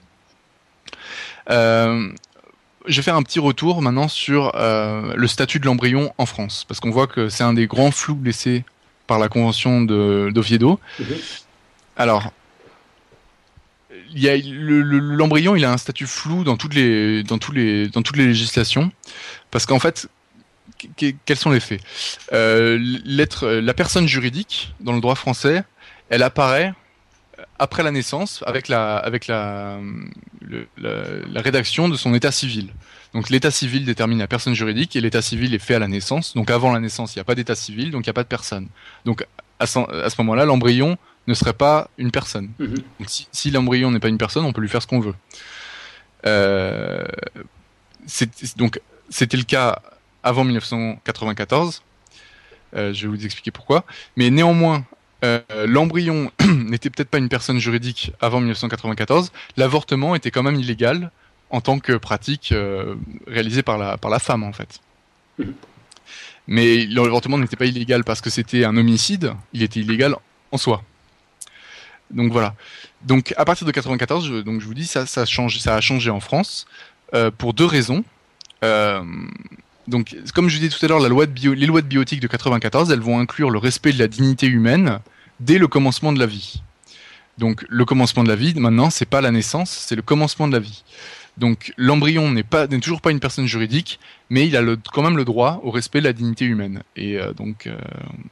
Euh, je vais faire un petit retour maintenant sur euh, le statut de l'embryon en France, parce qu'on voit que c'est un des grands flous laissés par la convention de, d'Oviedo. Mmh. Alors, il y a le, le, l'embryon, il a un statut flou dans toutes les, dans tous les, dans toutes les législations, parce qu'en fait, quels sont les faits? euh, l'être, la personne juridique dans le droit français, elle apparaît après la naissance, avec la, avec la, le, la, la rédaction de son état civil. Donc l'état civil détermine la personne juridique et l'état civil est fait à la naissance. Donc avant la naissance, il n'y a pas d'état civil, donc il n'y a pas de personne. Donc à ce, à ce moment-là, l'embryon ne serait pas une personne. Mmh. Donc si, si l'embryon n'est pas une personne, on peut lui faire ce qu'on veut. Euh, c'est, donc c'était le cas avant mille neuf cent quatre-vingt-quatorze. Euh, je vais vous expliquer pourquoi. Mais néanmoins, Euh, l'embryon n'était peut-être pas une personne juridique avant mille neuf cent quatre-vingt-quatorze, l'avortement était quand même illégal en tant que pratique euh, réalisée par la, par la femme en fait. Mmh. Mais l'avortement n'était pas illégal parce que c'était un homicide, il était illégal en soi. Donc voilà. Donc à partir de quatre-vingt-quatorze, je, donc je vous dis ça, ça, change, ça a changé en France euh, pour deux raisons. Euh, Donc, comme je disais tout à l'heure, la loi de bio, les lois de bioéthique de quatre-vingt-quatorze, elles vont inclure le respect de la dignité humaine dès le commencement de la vie. Donc, le commencement de la vie, maintenant, c'est pas la naissance, c'est le commencement de la vie. Donc, l'embryon n'est pas, n'est toujours pas une personne juridique, mais il a le, quand même le droit au respect de la dignité humaine. Et euh, donc, euh,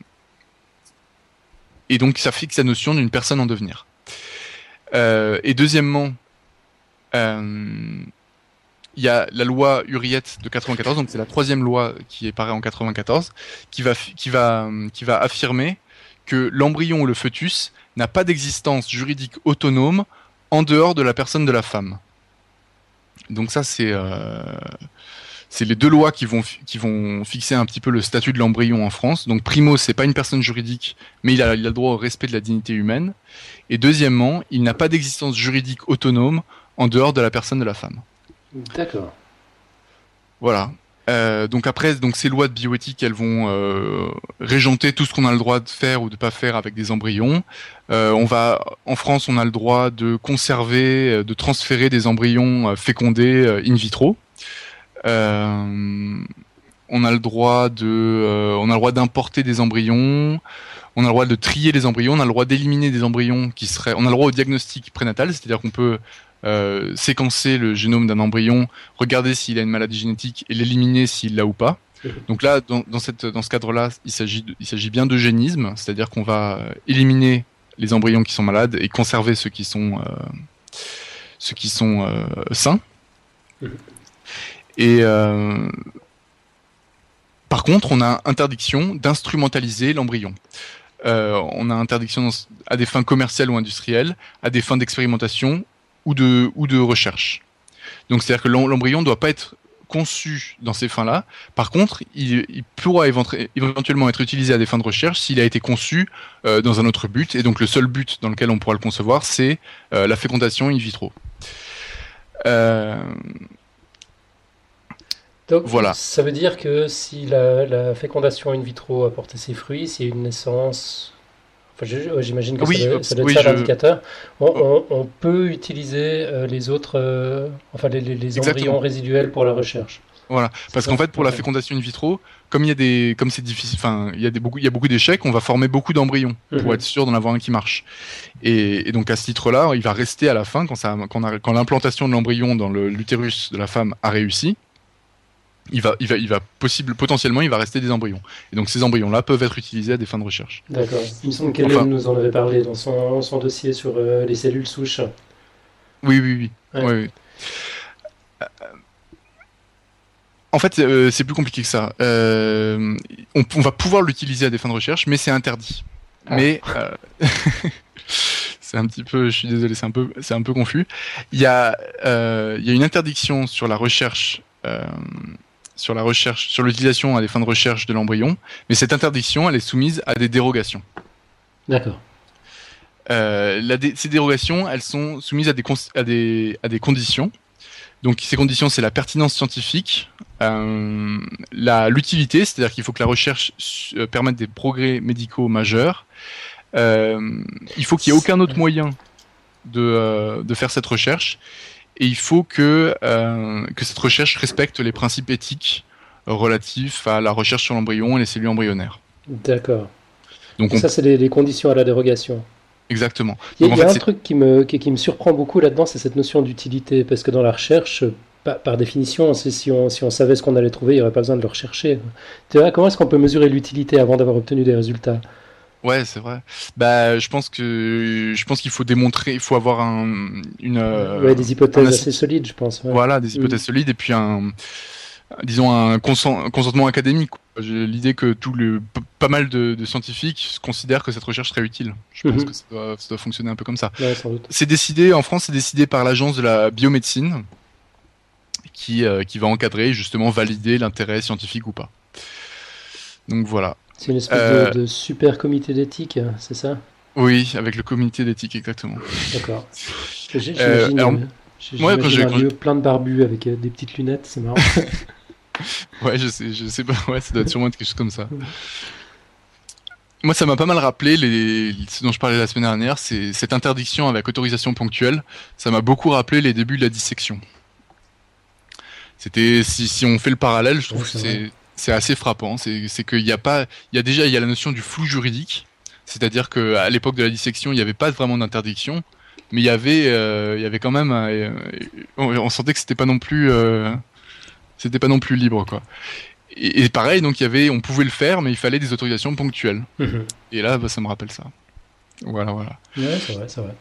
et donc, ça fixe la notion d'une personne en devenir. Euh, et deuxièmement, euh, il y a la loi Huriette de quatre-vingt-quatorze, donc c'est la troisième loi qui est parée en quatre-vingt-quatorze, qui va, qui va, qui va affirmer que l'embryon ou le fœtus n'a pas d'existence juridique autonome en dehors de la personne de la femme. Donc ça, c'est, euh, c'est les deux lois qui vont, qui vont fixer un petit peu le statut de l'embryon en France. Donc primo, c'est pas une personne juridique, mais il a, il a le droit au respect de la dignité humaine. Et deuxièmement, il n'a pas d'existence juridique autonome en dehors de la personne de la femme. D'accord. Voilà. Euh, donc après, donc ces lois de bioéthique, elles vont euh, régenter tout ce qu'on a le droit de faire ou de pas faire avec des embryons. Euh, on va, en France, on a le droit de conserver, de transférer des embryons fécondés in vitro. Euh, on a le droit de, euh, on a le droit d'importer des embryons. On a le droit de trier les embryons. On a le droit d'éliminer des embryons qui seraient. On a le droit au diagnostic prénatal, c'est-à-dire qu'on peut Euh, séquencer le génome d'un embryon, regarder s'il a une maladie génétique et l'éliminer s'il l'a ou pas. Donc là, dans, dans, cette, dans ce cadre-là, il s'agit, de, il s'agit bien d'eugénisme, c'est-à-dire qu'on va éliminer les embryons qui sont malades et conserver ceux qui sont, euh, ceux qui sont euh, sains. Et euh, par contre, on a interdiction d'instrumentaliser l'embryon. Euh, on a interdiction dans, à des fins commerciales ou industrielles, à des fins d'expérimentation ou de, ou de recherche. Donc c'est-à-dire que l'embryon ne doit pas être conçu dans ces fins-là. Par contre, il, il pourra éventuellement être utilisé à des fins de recherche s'il a été conçu euh, dans un autre but. Et donc le seul but dans lequel on pourra le concevoir, c'est euh, la fécondation in vitro. Euh... Donc voilà. Ça veut dire que si la, la fécondation in vitro a porté ses fruits, s'il y a une naissance... Enfin, j'imagine que oui, ça doit, ça doit être oui, ça je... l'indicateur. On, on, on peut utiliser euh, les autres, euh, enfin les, les, les embryons résiduels pour la recherche. Voilà, parce qu'en fait, pour la fécondation in vitro, comme il y a des, comme c'est difficile, enfin, il y a des beaucoup, il y a beaucoup d'échecs, on va former beaucoup d'embryons pour Mhm. être sûr d'en avoir un qui marche. Et, et donc à ce titre-là, il va rester à la fin quand ça, quand, on a- quand l'implantation de l'embryon dans le- l'utérus de la femme a réussi, il va, il va, il va possible, potentiellement, il va rester des embryons. Et donc ces embryons-là peuvent être utilisés à des fins de recherche. D'accord. Il me semble qu'Hélène Enfin, nous en avait parlé dans son, son dossier sur euh, les cellules souches. oui, oui, oui. Ouais. Ouais, oui. En fait, euh, c'est plus compliqué que ça. Euh, on, on va pouvoir l'utiliser à des fins de recherche, mais c'est interdit. Ah. Mais euh, c'est un petit peu, je suis désolé, c'est un peu, c'est un peu confus. Il y a, euh, il y a une interdiction sur la recherche, euh, sur la recherche, sur l'utilisation à des fins de recherche de l'embryon, mais cette interdiction, elle est soumise à des dérogations. D'accord. Euh, la dé- ces dérogations, elles sont soumises à des, cons- à des, à des conditions. Donc ces conditions, c'est la pertinence scientifique, euh, la l'utilité, c'est-à-dire qu'il faut que la recherche euh, permette des progrès médicaux majeurs. Euh, il faut qu'il n'y ait aucun autre moyen de, euh, de faire cette recherche, et il faut que, euh, que cette recherche respecte les principes éthiques relatifs à la recherche sur l'embryon et les cellules embryonnaires. D'accord. Donc Et on... ça, c'est les, les conditions à la dérogation. Exactement. Il y a, Donc, il y en a fait, un c'est... truc qui me, qui, qui me surprend beaucoup là-dedans, c'est cette notion d'utilité. Parce que dans la recherche, par, par définition, c'est si on, si on savait ce qu'on allait trouver, il n'y aurait pas besoin de le rechercher. Tu vois, comment est-ce qu'on peut mesurer l'utilité avant d'avoir obtenu des résultats? Ouais, c'est vrai. Bah, je pense que je pense qu'il faut démontrer, il faut avoir un, une, euh, Ouais, des un hypothèses assi- assez solides, je pense. Ouais. voilà, des hypothèses Mm. solides et puis un, disons un consen- consentement académique, quoi. J'ai l'idée que tout le, p- pas mal de, de scientifiques considèrent que cette recherche serait utile. Je pense Mhm. que ça doit, ça doit fonctionner un peu comme ça. Ouais, sans doute. C'est décidé en France, c'est décidé par l'agence de la biomédecine qui, euh, qui va encadrer, justement, valider l'intérêt scientifique ou pas. Donc voilà. C'est une espèce de, Euh, de super comité d'éthique, hein, c'est ça? oui, avec le comité d'éthique exactement. D'accord. J'ai- Euh, J'imagine alors, euh, j'ai- moi, quand j'imagine j'ai, un quand lieu plein de barbus avec euh, des petites lunettes, c'est marrant. Ouais, je sais, je sais pas. Ouais, ça doit être sûrement être quelque chose comme ça. Moi, ça m'a pas mal rappelé les, ce dont je parlais la semaine dernière, c'est cette interdiction avec autorisation ponctuelle. Ça m'a beaucoup rappelé les débuts de la dissection. C'était, si, si on fait le parallèle, je trouve Ouais, que c'est c'est, vrai. c'est assez frappant. C'est, c'est qu'il y a pas, il y a déjà, il y a la notion du flou juridique. C'est-à-dire que à l'époque de la dissection, il n'y avait pas vraiment d'interdiction, mais il y avait, euh, il y avait quand même, euh, on, on sentait que c'était pas non plus, euh, c'était pas non plus libre, quoi. Et, et pareil, donc il y avait, on pouvait le faire, mais il fallait des autorisations ponctuelles. Mhm. Et là, bah, ça me rappelle ça. Voilà, voilà. Ouais, c'est vrai, c'est vrai.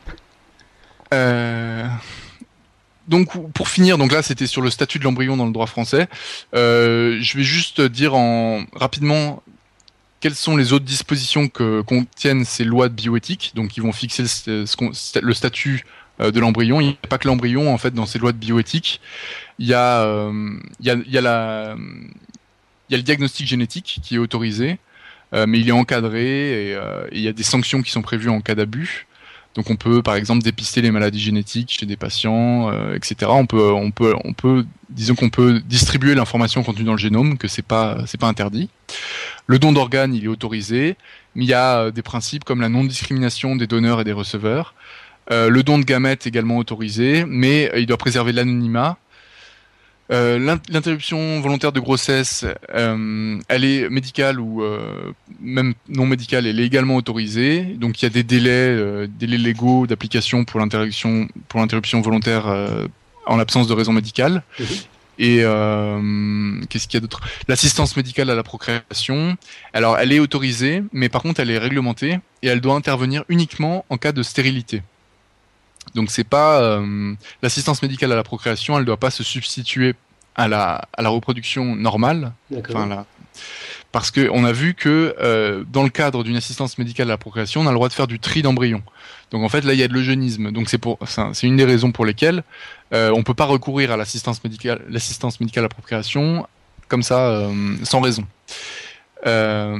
Euh, Donc pour finir, donc là c'était sur le statut de l'embryon dans le droit français. Euh, je vais juste dire en rapidement quelles sont les autres dispositions que contiennent ces lois de bioéthique, donc qui vont fixer le, ce qu'on- le statut euh, de l'embryon. Il n'y a pas que l'embryon en fait dans ces lois de bioéthique. Il y a, euh, il y a, il y a la, il y a le diagnostic génétique qui est autorisé, euh, mais il est encadré et, euh, et il y a des sanctions qui sont prévues en cas d'abus. Donc on peut par exemple dépister les maladies génétiques chez des patients, euh, et cetera. On peut, on peut, on peut, disons qu'on peut distribuer l'information contenue dans le génome, que c'est pas, c'est pas interdit. Le don d'organes, il est autorisé, mais il y a euh, des principes comme la non-discrimination des donneurs et des receveurs. Euh, le don de gamètes également autorisé, mais euh, il doit préserver l'anonymat. Euh, l'in- L'interruption volontaire de grossesse, euh, elle est médicale ou euh, même non médicale, elle est également autorisée. Donc il y a des délais, euh, délais légaux d'application pour l'interruption, pour l'interruption volontaire euh, en l'absence de raison médicale. Mhm. Et euh, qu'est-ce qu'il y a d'autre? L'assistance médicale à la procréation. Alors elle est autorisée, mais par contre elle est réglementée et elle doit intervenir uniquement en cas de stérilité. Donc c'est pas euh, l'assistance médicale à la procréation, elle doit pas se substituer à la à la reproduction normale, D'accord. enfin la, parce que on a vu que euh, dans le cadre d'une assistance médicale à la procréation, on a le droit de faire du tri d'embryons. Donc en fait là il y a de l'eugénisme. Donc c'est pour c'est un- c'est une des raisons pour lesquelles euh, on peut pas recourir à l'assistance médicale l'assistance médicale à la procréation comme ça euh, sans raison. Euh,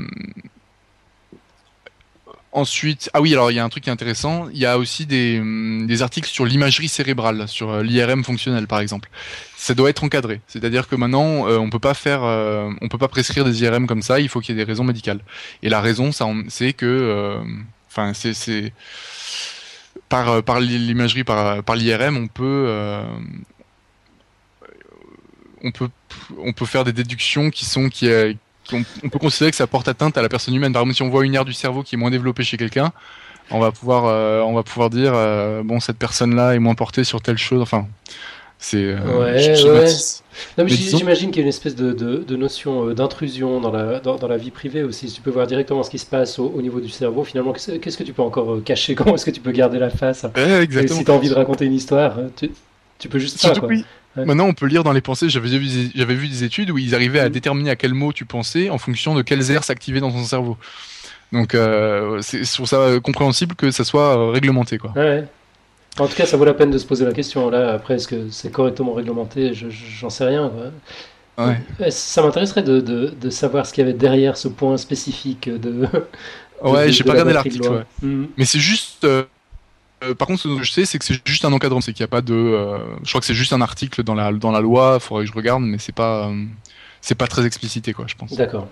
Ensuite, ah oui, alors il y a un truc qui est intéressant, il y a aussi des, hum, des articles sur l'imagerie cérébrale, sur euh, l'I R M fonctionnel par exemple. Ça doit être encadré, c'est-à-dire que maintenant euh, on peut pas faire, euh, on peut pas prescrire des I R M comme ça, il faut qu'il y ait des raisons médicales. Et la raison, ça, en- c'est que, euh, enfin, c'est, c'est par euh, par l'imagerie, par par l'I R M, on peut euh, on peut, on peut faire des déductions qui sont, qui, euh, qui on, on peut considérer que ça porte atteinte à la personne humaine. Par exemple, si on voit une aire du cerveau qui est moins développée chez quelqu'un, on va pouvoir, euh, on va pouvoir dire, euh, bon, cette personne-là est moins portée sur telle chose. Enfin, c'est. Euh, Ouais, je- ouais. je- Non, mais mais j- disons, j'imagine qu'il y a une espèce de, de, de notion euh, d'intrusion dans la, dans, dans la vie privée aussi. Si tu peux voir directement ce qui se passe au, au niveau du cerveau, finalement, qu'est-ce qu'est-ce que tu peux encore euh, cacher? Comment est-ce que tu peux garder la face? ouais, Et exactement. si tu as envie de raconter une histoire, euh, tu, tu peux juste ça, Surtout que quoi. oui. Ouais. Maintenant, on peut lire dans les pensées. J'avais vu, j'avais vu des études où ils arrivaient à Mm. déterminer à quel mot tu pensais en fonction de quelles aires s'activaient dans ton cerveau. Donc, euh, c'est sur ça euh, compréhensible que ça soit euh, réglementé, quoi. Ouais, ouais. En tout cas, ça vaut la peine de se poser la question. Là, après, est-ce que c'est correctement réglementé? Je, je- j'en sais rien, quoi. Ouais. Euh, Ça m'intéresserait de, de, de savoir ce qu'il y avait derrière ce point spécifique de, de, Ouais, de, j'ai de pas la regardé batterie de l'article, loi. ouais. Mm. Mais c'est juste. euh, euh, par contre, ce que je sais, c'est que c'est juste un encadrement. C'est qu'il n'y a pas de. euh, je crois que c'est juste un article dans la dans la loi. Faudrait que je regarde, mais c'est pas euh, c'est pas très explicité, quoi. Je pense. D'accord.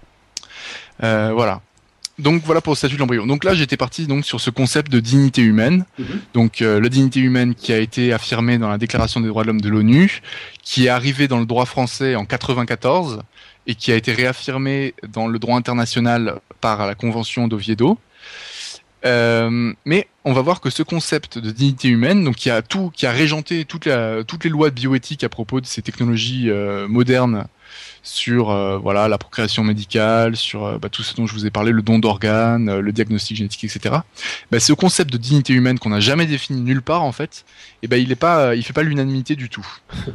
Euh, voilà. Donc voilà pour le statut de l'embryon. Donc là, j'étais parti donc sur ce concept de dignité humaine. Mhm. Donc euh, la dignité humaine qui a été affirmée dans la Déclaration des droits de l'homme de l'ONU, qui est arrivée dans le droit français en quatre-vingt-quatorze et qui a été réaffirmée dans le droit international par la Convention d'Oviedo. Euh, mais on va voir que ce concept de dignité humaine, donc qui a tout, qui a régenté toute la, toutes les lois de bioéthique à propos de ces technologies euh, modernes sur euh, voilà la procréation médicale, sur euh, bah, tout ce dont je vous ai parlé, le don d'organes, euh, le diagnostic génétique, et cetera. Bah, ce concept de dignité humaine qu'on n'a jamais défini nulle part en fait, et ben il est pas, il fait pas l'unanimité du tout.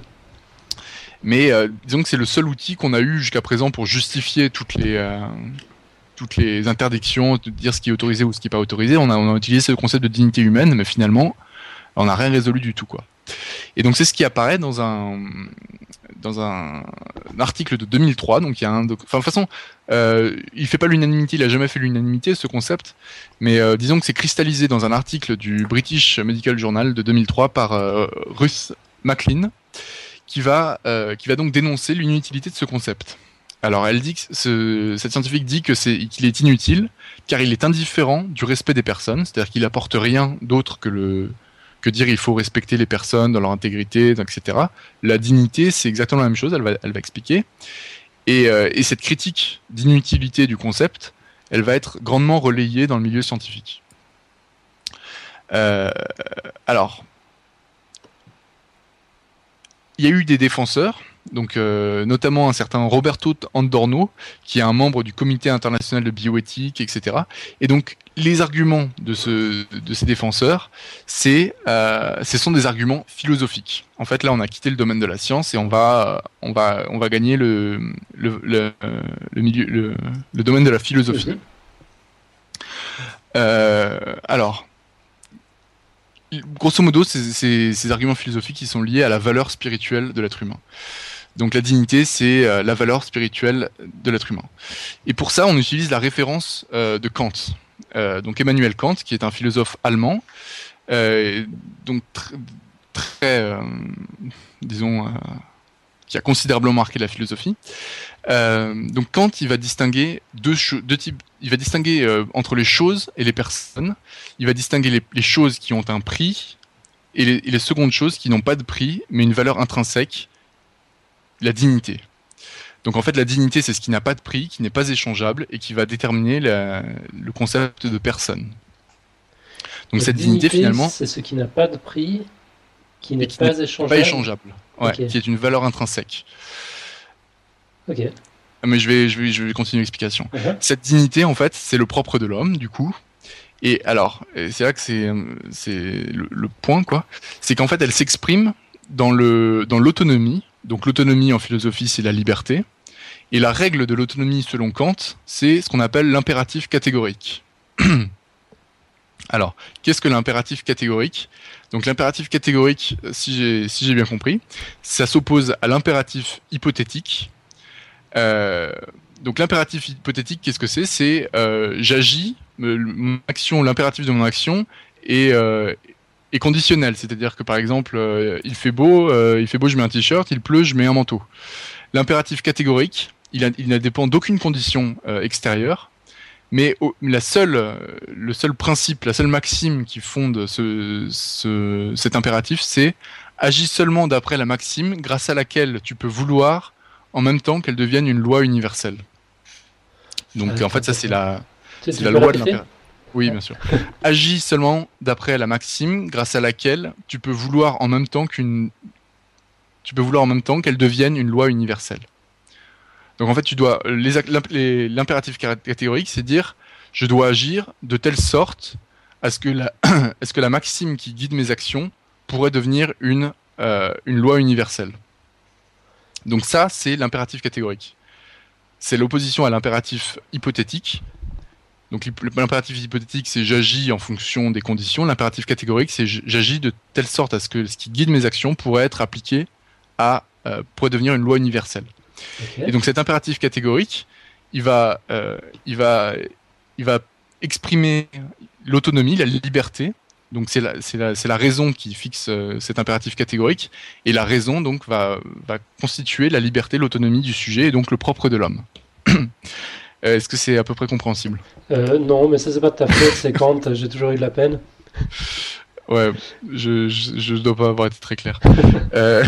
Mais euh, disons que c'est le seul outil qu'on a eu jusqu'à présent pour justifier toutes les euh, toutes les interdictions, de dire ce qui est autorisé ou ce qui est pas autorisé. On a, on a utilisé ce concept de dignité humaine, mais finalement, on n'a rien résolu du tout, quoi. Et donc c'est ce qui apparaît dans un dans un, un article de deux mille trois. Donc il y a un, doc- enfin de toute façon, euh, il fait pas l'unanimité, il a jamais fait l'unanimité ce concept, mais euh, disons que c'est cristallisé dans un article du British Medical Journal de deux mille trois par euh, Ruth MacLean, qui va euh, qui va donc dénoncer l'inutilité de ce concept. Alors, elle dit que ce, cette scientifique dit que c'est qu'il est inutile car il est indifférent du respect des personnes, c'est-à-dire qu'il apporte rien d'autre que le que dire il faut respecter les personnes dans leur intégrité, et cetera. La dignité, c'est exactement la même chose. Elle va elle va expliquer. Et, euh, et cette critique d'inutilité du concept, elle va être grandement relayée dans le milieu scientifique. Euh, alors, il y a eu des défenseurs. Donc, euh, notamment un certain Roberto Andorno, qui est un membre du Comité international de bioéthique, et cetera. Et donc, les arguments de, ce, de ces défenseurs, c'est, euh, ce sont des arguments philosophiques. En fait, là, on a quitté le domaine de la science et on va, on va, on va gagner le, le, le, le milieu, le, le domaine de la philosophie. Mhm. Euh, alors. Grosso modo, c'est- c'est- ces arguments philosophiques qui sont liés à la valeur spirituelle de l'être humain. Donc la dignité, c'est euh, la valeur spirituelle de l'être humain. Et pour ça, on utilise la référence euh, de Kant. Euh, donc Emmanuel Kant, qui est un philosophe allemand, euh, donc tr- très, euh, disons, euh, qui a considérablement marqué la philosophie. Euh, donc Kant, il va distinguer deux, cho- deux types. Il va distinguer euh, entre les choses et les personnes. Il va distinguer les, les choses qui ont un prix et les, et les secondes choses qui n'ont pas de prix, mais une valeur intrinsèque, la dignité. Donc en fait, la dignité, c'est ce qui n'a pas de prix, qui n'est pas échangeable et qui va déterminer la- le concept de personne. Donc La cette dignité, finalement, c'est ce qui n'a pas de prix, qui n'est qui pas n'est échangeable. pas échangeable, ouais, Ok. qui est une valeur intrinsèque. Ok. Mais je vais, je vais, je vais continuer l'explication. Mhm. Cette dignité, en fait, c'est le propre de l'homme, du coup. Et alors, et c'est là que c'est, c'est le, le point, quoi. C'est qu'en fait, elle s'exprime dans le, dans l'autonomie. Donc, l'autonomie en philosophie, c'est la liberté. Et la règle de l'autonomie, selon Kant, c'est ce qu'on appelle l'impératif catégorique. Alors, qu'est-ce que l'impératif catégorique? Donc, l'impératif catégorique, si j'ai, si j'ai bien compris, ça s'oppose à l'impératif hypothétique. Euh, donc l'impératif hypothétique, qu'est-ce que c'est? C'est euh, j'agis, euh, mon action, l'impératif de mon action est, euh, est conditionnel. C'est-à-dire que par exemple, euh, il fait beau, euh, il fait beau, je mets un t-shirt, il pleut, je mets un manteau. L'impératif catégorique, il, a, il ne dépend d'aucune condition euh, extérieure, mais au, la seule, euh, le seul principe, la seule maxime qui fonde ce, ce, cet impératif, c'est agit seulement d'après la maxime grâce à laquelle tu peux vouloir en même temps qu'elle devienne une loi universelle. Donc Ah, en fait ça c'est la, Tu, c'est tu la peux loi de répéter? l'impératif. Oui, bien sûr. Agis seulement d'après la maxime grâce à laquelle tu peux vouloir en même temps qu'une tu peux vouloir en même temps qu'elle devienne une loi universelle. Donc en fait, tu dois les, ac- l'imp- les- l'impératif car- catégorique, c'est dire je dois agir de telle sorte à ce que la à ce que la maxime qui guide mes actions pourrait devenir une euh, une loi universelle. Donc ça, c'est l'impératif catégorique. C'est l'opposition à l'impératif hypothétique. Donc l'hyp- l'impératif hypothétique, c'est j'agis en fonction des conditions. L'impératif catégorique, c'est j- j'agis de telle sorte à ce que ce qui guide mes actions pourrait être appliqué à euh, pourrait devenir une loi universelle. Ok. Et donc cet impératif catégorique, il va, euh, il va, il va exprimer l'autonomie, la liberté. Donc c'est la, c'est la, c'est la raison qui fixe euh, cet impératif catégorique. Et la raison donc va, va constituer la liberté, l'autonomie du sujet et donc le propre de l'homme. Euh, Est-ce que c'est à peu près compréhensible? Euh, non, mais ça, c'est pas de ta faute, c'est Kant, j'ai toujours eu de la peine. Ouais, je, je, je dois pas avoir été très clair. Euh,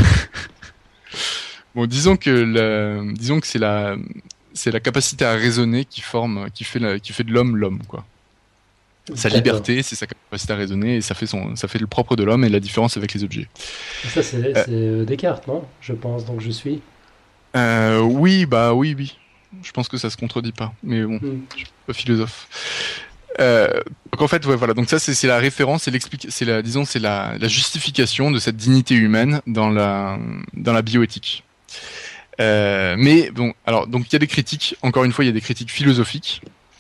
bon, disons que la, disons que c'est la, c'est la capacité à raisonner qui forme, qui fait la, qui fait de l'homme l'homme, quoi. Sa D'accord. liberté, c'est sa capacité à raisonner et ça fait son, ça fait le propre de l'homme et la différence avec les objets. Et ça, c'est Euh, c'est, euh, Descartes, non? Je pense, donc je suis. euh, oui, bah oui, oui. Je pense que ça se contredit pas, mais bon, Hmm. je suis pas philosophe. Euh, donc en fait, ouais, voilà. Donc ça, c'est c'est la référence, c'est l'explique, c'est la, disons, c'est la, la justification de cette dignité humaine dans la, dans la bioéthique. Euh, mais bon, alors donc il y a des critiques. Encore une fois, il y a des critiques philosophiques,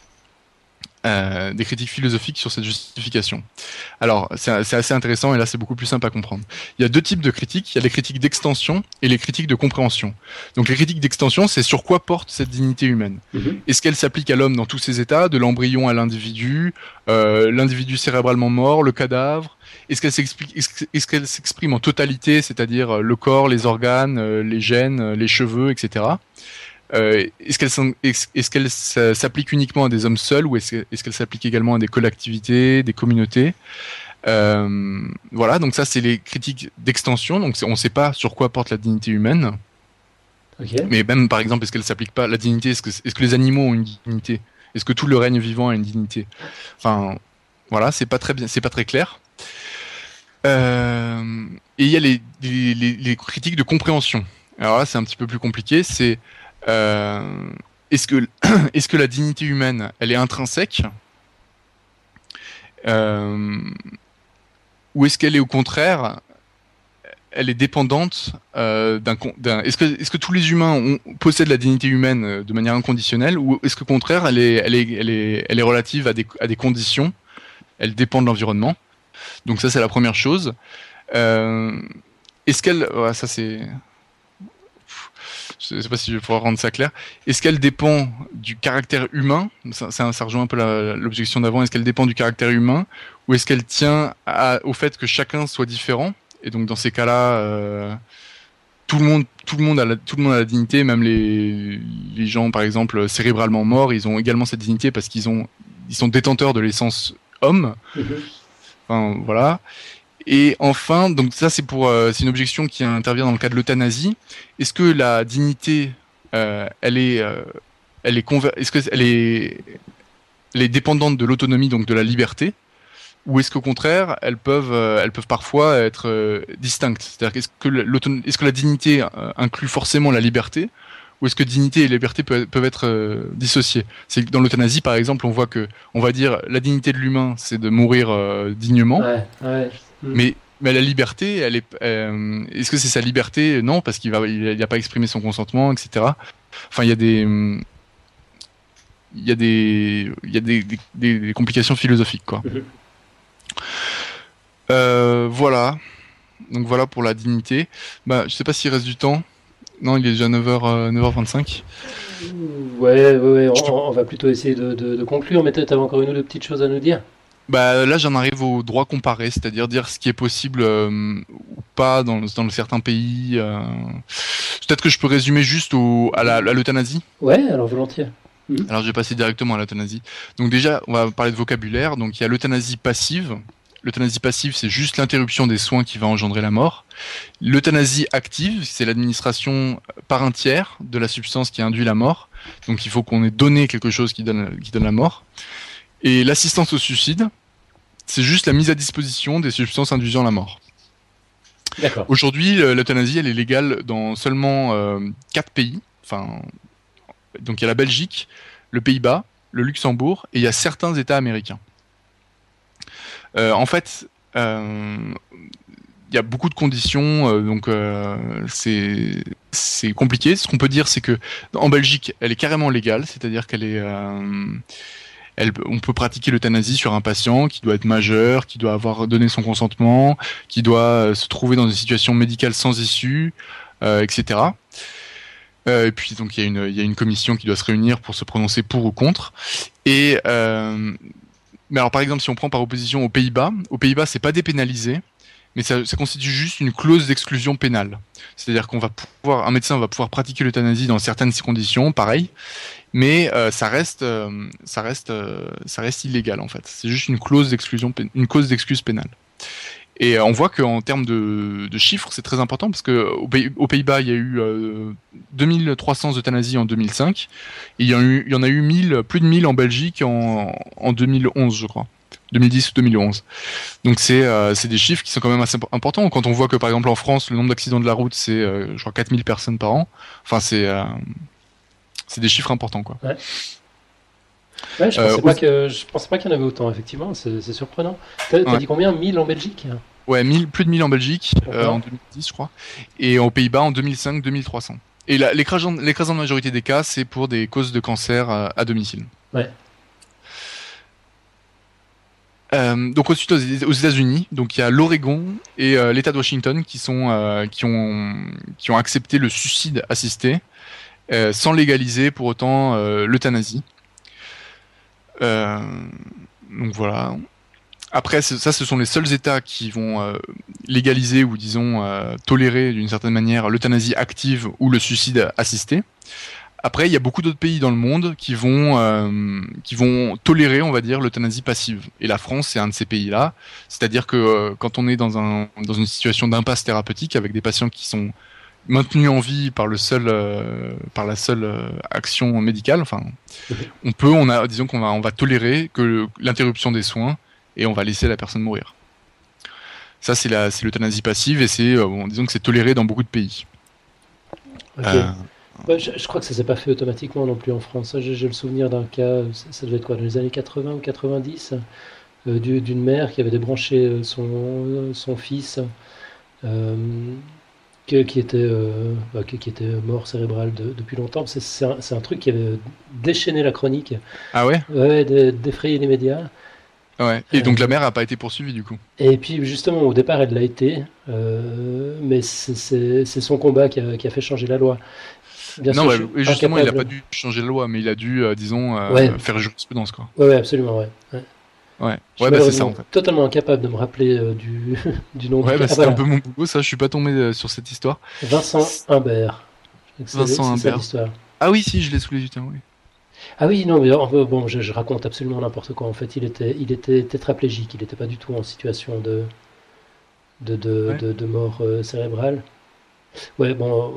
euh, des critiques philosophiques sur cette justification. Alors c'est c'est assez intéressant et là c'est beaucoup plus simple à comprendre. Il y a deux types de critiques. Il y a les critiques d'extension et les critiques de compréhension. Donc les critiques d'extension, c'est sur quoi porte cette dignité humaine. Mhm. Est-ce qu'elle s'applique à l'homme dans tous ses états, de l'embryon à l'individu, euh, l'individu cérébralement mort, le cadavre? Est-ce qu'elle s'explique, est-ce que- est-ce qu'elle s'exprime en totalité, c'est-à-dire euh, le corps, les organes, euh, les gènes, euh, les cheveux, et cetera. Euh, est-ce qu'elle s'en- est-ce est-ce qu'elle s- s'applique uniquement à des hommes seuls ou est-ce que- est-ce qu'elle s'applique également à des collectivités, des communautés? Euh, voilà, donc ça c'est les critiques d'extension. Donc c'est- on ne sait pas sur quoi porte la dignité humaine. Ok. Mais même, par exemple, est-ce qu'elle s'applique pas la dignité? Est-ce que, est-ce que les animaux ont une dignité? Est-ce que tout le règne vivant a une dignité? Enfin, voilà, c'est pas très bien, c'est pas très clair. Euh, et il y a les, les, les- les critiques de compréhension. Alors là, c'est un petit peu plus compliqué. C'est euh, est-ce que est-ce que la dignité humaine, elle est intrinsèque, euh, ou est-ce qu'elle est au contraire elle est dépendante euh, d'un, con- d'un est-ce que est-ce que tous les humains ont, possèdent la dignité humaine euh, de manière inconditionnelle ou est-ce qu'au contraire elle est elle est elle est elle est relative à des à des conditions, elle dépend de l'environnement. Donc ça c'est la première chose. Euh, est-ce qu'elle ouais, ça c'est je sais pas si je vais pouvoir rendre ça clair. Est-ce qu'elle dépend du caractère humain? Ça, ça, ça rejoint un peu la- l'objection d'avant. Est-ce qu'elle dépend du caractère humain ou est-ce qu'elle tient à- au fait que chacun soit différent? Et donc dans ces cas-là, euh, tout le monde, tout le monde a la, tout le monde a la dignité, même les, les gens par exemple cérébralement morts, ils ont également cette dignité parce qu'ils ont, ils sont détenteurs de l'essence homme. Mhm. Enfin voilà. Et enfin, donc ça c'est pour, euh, c'est une objection qui intervient dans le cas de l'euthanasie. Est-ce que la dignité, euh, elle est, euh, elle est conver- est-ce que elle est, elle est dépendante de l'autonomie, donc de la liberté? Ou est-ce qu'au contraire, elles peuvent, euh, elles peuvent parfois être euh, distinctes? C'est-à-dire qu'est-ce que l'autonom- est-ce que la dignité euh, inclut forcément la liberté, ou est-ce que dignité et liberté peuvent, peuvent être euh, dissociées? C'est que dans l'euthanasie, par exemple, on voit que, on va dire, la dignité de l'humain, c'est de mourir euh, dignement, Ouais, ouais. Hmm. mais mais la liberté, elle est, euh, est-ce que c'est sa liberté? Non, parce qu'il va, il n'a pas exprimé son consentement, et cetera. Enfin, il y a des, hum, il y a des, il y a des, des, des- des complications philosophiques, quoi. Mhm. Euh, voilà. Donc voilà pour la dignité. Bah, je sais pas s'il reste du temps. Non, il est déjà neuf heures, euh, neuf heures vingt-cinq. Ouais, ouais, ouais, Je te- on, on va plutôt essayer de, de- de conclure, mais peut-être t'avais encore une ou deux petites choses à nous dire. Bah là, j'en arrive au droit comparé, c'est-à-dire dire ce qui est possible euh, ou pas dans, dans certains pays. euh. Peut-être que je peux résumer juste au, à la- à l'euthanasie. Ouais, alors volontiers. Alors je vais passer directement à l'euthanasie. Donc déjà, on va parler de vocabulaire. Donc il y a l'euthanasie passive, L'euthanasie passive, c'est juste l'interruption des soins qui va engendrer la mort. L'euthanasie active, c'est l'administration par un tiers de la substance qui induit la mort. Donc il faut qu'on ait donné quelque chose qui donne, qui donne la mort. Et l'assistance au suicide, c'est juste la mise à disposition des substances induisant la mort. D'accord. Aujourd'hui, l'euthanasie, elle est légale dans seulement euh, quatre pays. Enfin, donc il y a la Belgique, le Pays-Bas, le Luxembourg, et il y a certains États américains. Euh, en fait, euh, il y a beaucoup de conditions, euh, donc euh, c'est c'est compliqué. Ce qu'on peut dire, c'est que en Belgique, elle est carrément légale, c'est-à-dire qu'elle est, euh, elle, on peut pratiquer l'euthanasie sur un patient qui doit être majeur, qui doit avoir donné son consentement, qui doit se trouver dans une situation médicale sans issue, euh, et cetera. Euh, et puis donc il y a une il y a une commission qui doit se réunir pour se prononcer pour ou contre. Et euh, mais alors par exemple si on prend par opposition aux Pays-Bas, aux Pays-Bas c'est pas dépénalisé, mais ça, ça constitue juste une clause d'exclusion pénale. C'est-à-dire qu'on va pouvoir un médecin va pouvoir pratiquer l'euthanasie dans certaines conditions, pareil, mais euh, ça reste euh, ça reste euh, ça reste illégal en fait. C'est juste une clause d'exclusion une cause d'excuse pénale. Et on voit qu'en termes de, de chiffres, c'est très important parce que aux Pays, aux Pays-Bas, il y a eu euh, deux mille trois cents euthanasies en deux mille cinq, et il y en a eu, il y en a eu mille, plus de mille en Belgique en, en deux mille onze, je crois, deux mille dix ou deux mille onze. Donc c'est euh, c'est des chiffres qui sont quand même assez importants. Quand on voit que par exemple en France, le nombre d'accidents de la route, c'est euh, je crois quatre mille personnes par an. Enfin c'est euh, c'est des chiffres importants quoi. Ouais. Ouais, je pensais euh, pas que je pensais pas qu'il y en avait autant, effectivement, c'est, c'est surprenant. T'as, t'as ouais. dit combien? mille en Belgique? Ouais, mille, plus de mille en Belgique, euh, en deux mille dix, je crois. Et aux Pays-Bas, en deux mille cinq, deux mille trois cents. Et la, l'écrasante, l'écrasante majorité des cas, c'est pour des causes de cancer euh, à domicile. Ouais. Euh, donc ensuite aux, aux États-Unis, donc il y a l'Oregon et euh, l'État de Washington qui sont euh, qui ont qui ont accepté le suicide assisté euh, sans légaliser pour autant euh, l'euthanasie. Euh, donc voilà. Après, ça, ce sont les seuls États qui vont euh, légaliser ou disons euh, tolérer d'une certaine manière l'euthanasie active ou le suicide assisté. Après, il y a beaucoup d'autres pays dans le monde qui vont euh, qui vont tolérer, on va dire, l'euthanasie passive. Et la France, c'est un de ces pays-là. C'est-à-dire que euh, quand on est dans un dans une situation d'impasse thérapeutique avec des patients qui sont maintenus en vie par le seul euh, par la seule euh, action médicale, enfin, on peut, on a, disons qu'on va on va tolérer que le, l'interruption des soins et on va laisser la personne mourir. Ça, c'est la c'est l'euthanasie passive et c'est euh, bon, disons que c'est toléré dans beaucoup de pays. Okay. Euh, Ouais, je, je crois que ça s'est pas fait automatiquement non plus en France. J'ai, j'ai le souvenir d'un cas, ça, ça devait être quoi, dans les années quatre-vingts ou quatre-vingt-dix, euh, du, d'une mère qui avait débranché son, son fils, euh, qui, qui, était, euh, bah, qui, qui était mort cérébral de, depuis longtemps. C'est, c'est, un, c'est un truc qui avait déchaîné la chronique. Ah ouais? Ouais, dé, défrayé les médias. Ouais. Et euh, donc la mère n'a pas été poursuivie du coup. Et puis justement, au départ, elle l'a été, euh, mais c'est, c'est, c'est son combat qui a, qui a fait changer la loi. Bien non, sûr, bah, justement, incapable. Il n'a pas dû changer la loi, mais il a dû, euh, disons, euh, ouais. faire jurisprudence, quoi. Ouais, ouais, absolument, ouais. Ouais, ouais, ouais bah, c'est ça, en fait. Totalement incapable de me rappeler euh, du, du nom ouais, du bah, cas. c'était ah, voilà. un peu mon boulot, ça, je suis pas tombé euh, sur cette histoire. Vincent Humbert. C'est, Vincent c'est Humbert. l'histoire. Ah oui, si, je l'ai sous les yeux, oui. Ah oui, non, mais bon, je, je raconte absolument n'importe quoi. En fait, il était, il était tétraplégique, il n'était pas du tout en situation de, de, de, ouais. de, de mort euh, cérébrale. Ouais, bon...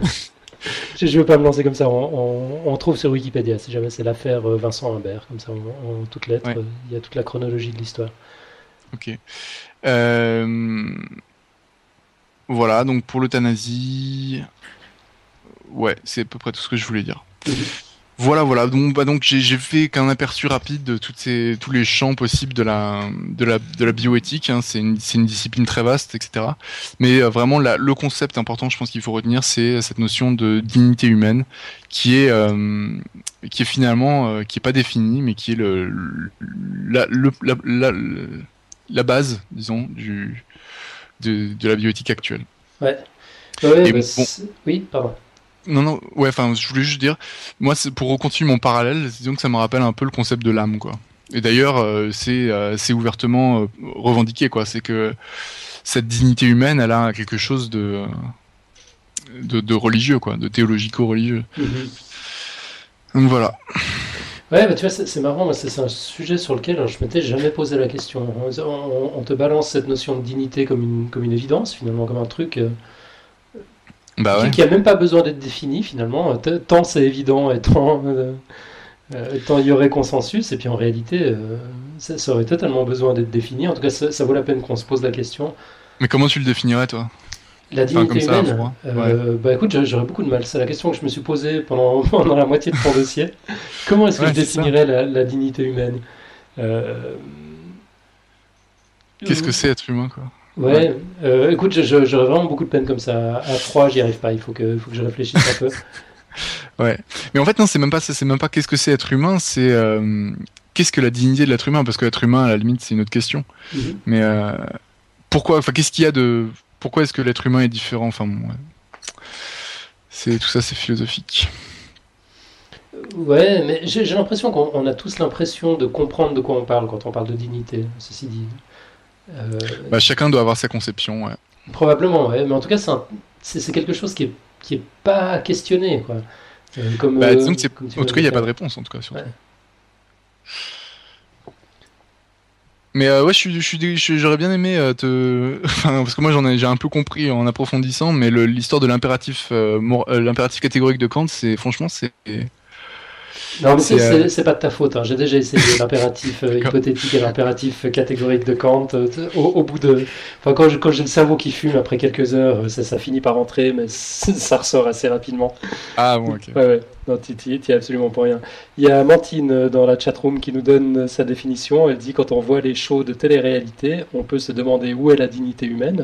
Je ne veux pas me lancer comme ça. On, on, on trouve sur Wikipédia, si jamais c'est l'affaire Vincent Humbert, comme ça, en, en toutes lettres, il ouais. y a toute la chronologie de l'histoire. Ok. Euh... Voilà, donc pour l'euthanasie, ouais, c'est à peu près tout ce que je voulais dire. Voilà, voilà. Donc, bah donc j'ai, j'ai fait qu'un aperçu rapide de toutes ces, tous les champs possibles de la, de la, de la bioéthique. Hein. C'est une, c'est une discipline très vaste, et cetera. Mais euh, vraiment, la, le concept important, je pense qu'il faut retenir, c'est cette notion de dignité humaine, qui est, euh, qui est finalement, euh, qui est pas définie, mais qui est le, le, la, le, la, la, la base, disons, du, de, de la bioéthique actuelle. Ouais. ouais Et bah, bon, oui, pardon. Non, non, ouais, enfin, je voulais juste dire, moi, c'est, pour continuer mon parallèle, disons que ça me rappelle un peu le concept de l'âme, quoi. Et d'ailleurs, euh, c'est, euh, c'est ouvertement euh, revendiqué, quoi. C'est que cette dignité humaine, elle a quelque chose de, de, de religieux, quoi, de théologico-religieux. Mm-hmm. Donc voilà. Ouais, bah, tu vois, c'est c'est marrant, moi, c'est c'est un sujet sur lequel hein, je m'étais jamais posé la question. On, on- on te balance cette notion de dignité comme une, comme une évidence, finalement, comme un truc euh, Bah qui, ouais. qui a même pas besoin d'être défini, finalement, T- tant c'est évident et tant euh, euh, tant il y aurait consensus, et puis en réalité, euh, ça, ça aurait totalement besoin d'être défini. En tout cas, ça, ça vaut la peine qu'on se pose la question. Mais comment tu le définirais, toi? La Enfin, comme dignité ça, à humaine, froid. Ouais. euh, bah écoute, j'aurais j'aurais beaucoup de mal. C'est la question que je me suis posée pendant, pendant la moitié de ton dossier. Comment est-ce que je Ouais, c'est ça. définirais la, la dignité humaine? Euh, Qu'est-ce que c'est être humain, quoi? Ouais. Ouais, euh, écoute, je- je- j'aurais vraiment beaucoup de peine comme ça. À froid, j'y arrive pas. Il faut que, faut que je réfléchisse un peu. Ouais. Mais en fait, non, c'est même pas ça. C'est même pas qu'est-ce que c'est être humain. C'est euh, qu'est-ce que la dignité de l'être humain. Parce que l'être humain, à la limite, c'est une autre question. Mhm. Mais euh, pourquoi? Enfin, qu'est-ce qu'il y a de pourquoi est-ce que l'être humain est différent? Enfin, bon, ouais. C'est tout ça, c'est philosophique. Ouais, mais j'ai j'ai l'impression qu'on on a tous l'impression de comprendre de quoi on parle quand on parle de dignité, ceci dit. Euh, Bah, chacun doit avoir sa conception. Ouais. Probablement, ouais. Mais en tout cas, c'est un- c'est c'est quelque chose qui est, qui est pas questionné, quoi. Euh, comme, Bah, euh, disons que c'est. comme tu En viens tout de cas, il le n'y a pas faire. de réponse, en tout cas, Ouais. surtout. Mais euh, ouais, je suis, je suis, je suis- j'aurais bien aimé euh, te, enfin, parce que moi j'en ai, j'ai un peu compris en approfondissant, mais le- l'histoire de l'impératif, euh, mor- euh, l'impératif catégorique de Kant, c'est franchement, c'est, Non, mais c'est c'est, euh, c'est- c'est pas de ta faute, hein. J'ai déjà essayé l'impératif euh, d'accord. hypothétique et l'impératif catégorique de Kant. euh, au, au bout de. Enfin, quand je- quand j'ai le cerveau qui fume après quelques heures, euh, ça, ça finit par rentrer, mais ça ressort assez rapidement. Ah bon, ok. Ouais, ouais. Non, t'y t'y- t'y es absolument pour rien. Il y a Mantine euh, dans la chatroom qui nous donne euh, sa définition. Elle dit quand on voit les shows de télé-réalité, on peut se demander où est la dignité humaine.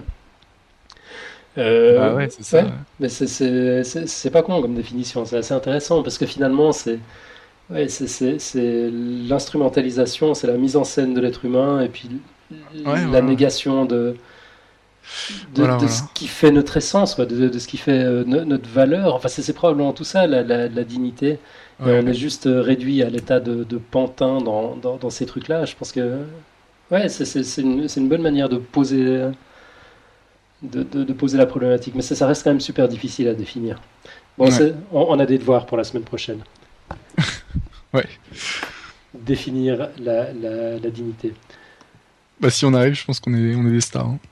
Euh, Bah ouais, c'est ça. ouais, Ouais. mais c'est c'est- c'est- c'est pas con comme définition, c'est assez intéressant parce que finalement, c'est ouais, c'est c'est- c'est l'instrumentalisation, c'est la mise en scène de l'être humain et puis Ouais, la voilà, négation de, de, voilà, de ce voilà. qui fait notre essence, quoi, de, de ce qui fait euh, no- notre valeur. Enfin, c'est c'est probablement tout ça, la, la- la dignité. Et Ouais. on est juste euh, réduit à l'état de, de pantin dans, dans, dans ces trucs-là. Je pense que ouais, c'est c'est- c'est une, c'est une bonne manière de poser, de, de- de poser la problématique. Mais ça, ça reste quand même super difficile à définir. Bon, Ouais. c'est- on, on a des devoirs pour la semaine prochaine. Ouais. Définir la, la, la dignité. Bah si on arrive, je pense qu'on est, on est des stars. Hein.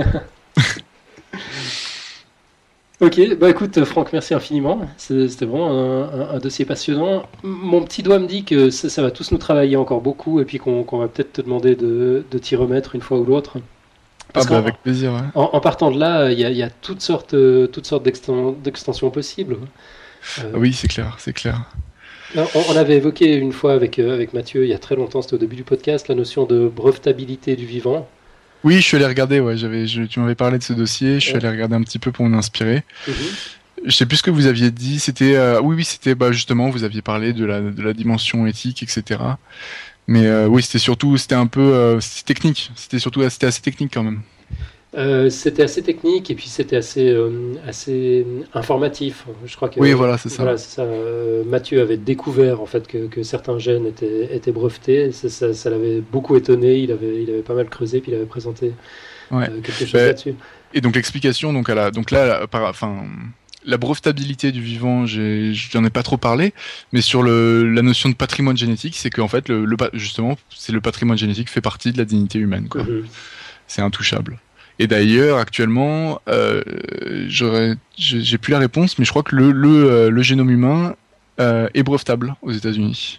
Ok, bah écoute Franck, merci infiniment. C'est- C'était vraiment un, un- un dossier passionnant. M- Mon petit doigt me dit que ça, ça va tous nous travailler encore beaucoup et puis qu'on qu'on va peut-être te demander de, de t'y remettre une fois ou l'autre. Ah Parce bah qu'en avec plaisir. Ouais. en, en partant de là, il y a, il y a toutes sortes, euh, toutes sortes d'exten- d'extensions possibles. Euh, Ah oui, c'est clair, c'est clair. on, on avait évoqué une fois avec, euh, avec Mathieu, il y a très longtemps, c'était au début du podcast, la notion de brevetabilité du vivant. Oui, je suis allé regarder. Ouais, j'avais, je- tu m'avais parlé de ce dossier. Je suis Ouais. allé regarder un petit peu pour m'inspirer. Mhm. Je sais plus ce que vous aviez dit. C'était, euh, oui, oui, c'était, bah justement, vous aviez parlé de la, de la dimension éthique, et cetera. Mais euh, oui, c'était surtout, c'était un peu, euh, c'était technique. C'était surtout, c'était assez technique quand même. Euh, c'était assez technique et puis c'était assez, euh, assez informatif. Je crois que Oui, voilà, c'est ça. voilà, c'est ça. Euh, Mathieu avait découvert en fait que, que certains gènes étaient, étaient brevetés. Ça, ça- ça l'avait beaucoup étonné. Il avait, il avait pas mal creusé puis il avait présenté Ouais. euh, quelque chose Ben, là-dessus. et donc l'explication, donc à la, donc là, la- par- enfin, la brevetabilité du vivant, j'ai, j'en ai pas trop parlé, mais sur le, la notion de patrimoine génétique, c'est qu'en fait, le, le pa- justement, c'est le patrimoine génétique fait partie de la dignité humaine, quoi. Mhm. C'est intouchable. Et d'ailleurs, actuellement, euh, j'aurais, j'ai j'ai plus la réponse, mais je crois que le, le, euh, le génome humain euh, est brevetable aux États-Unis,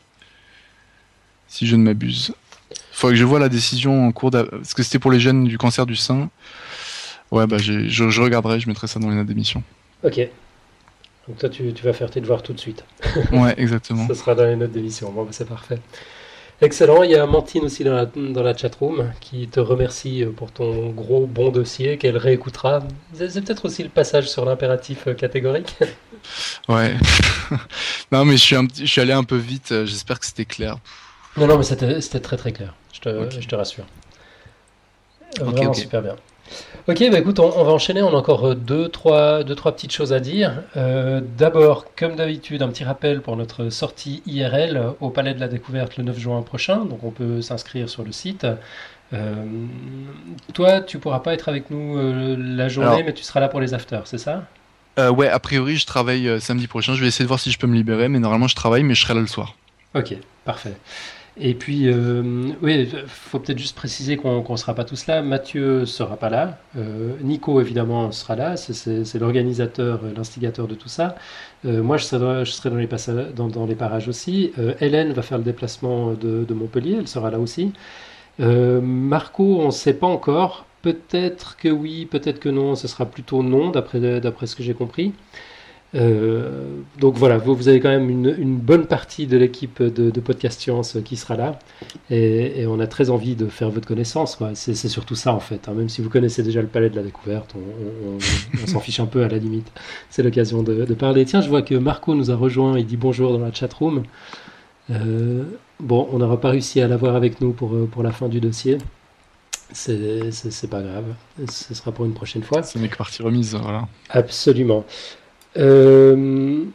si je ne m'abuse. Il faudrait que je vois la décision en cours, d'a- parce que c'était pour les gènes du cancer du sein. Ouais, bah j'ai- je, je regarderai, je mettrai ça dans les notes d'émission. Ok. Donc toi, tu, tu vas faire tes devoirs tout de suite. Ouais, exactement. Ça sera dans les notes d'émission. Bon, bah, c'est parfait. Excellent. Il y a Mantine aussi dans la, dans la chatroom qui te remercie pour ton gros bon dossier qu'elle réécoutera. C'est c'est peut-être aussi le passage sur l'impératif euh, catégorique. Ouais. Non, mais je suis, un petit- je suis allé un peu vite, euh, j'espère que c'était clair. Non, non, mais c'était c'était très très clair. Je te, Ok. je te rassure. Euh, Ok, Vraiment ok. super bien. Ok, bah écoute, on, on va enchaîner. On a encore euh, deux, trois, deux, trois petites choses à dire. Euh, D'abord, comme d'habitude, un petit rappel pour notre sortie I R L au Palais de la Découverte le neuf juin prochain. Donc on peut s'inscrire sur le site. Euh, toi, tu pourras pas être avec nous euh, la journée, Alors, mais tu seras là pour les afters, c'est ça? euh, ouais, a priori, je travaille euh, samedi prochain. Je vais essayer de voir si je peux me libérer, mais normalement, je travaille, mais je serai là le soir. Ok. parfait. Et puis, euh, oui, faut peut-être juste préciser qu'on qu'on sera pas tous là. Mathieu sera pas là. Euh, Nico, évidemment, sera là. C'est c'est- c'est l'organisateur, euh, l'instigateur de tout ça. Euh, moi, je serai, je serai dans les, passa- dans, dans les parages aussi. Euh, Hélène va faire le déplacement de, de Montpellier. Elle sera là aussi. Euh, Marco, on ne sait pas encore. Peut-être que oui, peut-être que non. Ce sera plutôt non, d'après d'après ce que j'ai compris. Euh, donc voilà, vous, vous avez quand même une, une bonne partie de l'équipe de, de Podcast Science qui sera là. Et, et on a très envie de faire votre connaissance, quoi. C'est c'est surtout ça, en fait, hein. Même si vous connaissez déjà le palais de la découverte, on, on- on- on s'en fiche un peu à la limite. C'est l'occasion de, de parler. Tiens, je vois que Marco nous a rejoint. Il dit bonjour dans la chatroom. Euh, bon, on n'aura pas réussi à l'avoir avec nous pour, euh, pour la fin du dossier. C'est c'est- c'est pas grave. Ce sera pour une prochaine fois. Ce n'est que partie remise, voilà. Absolument. Euh,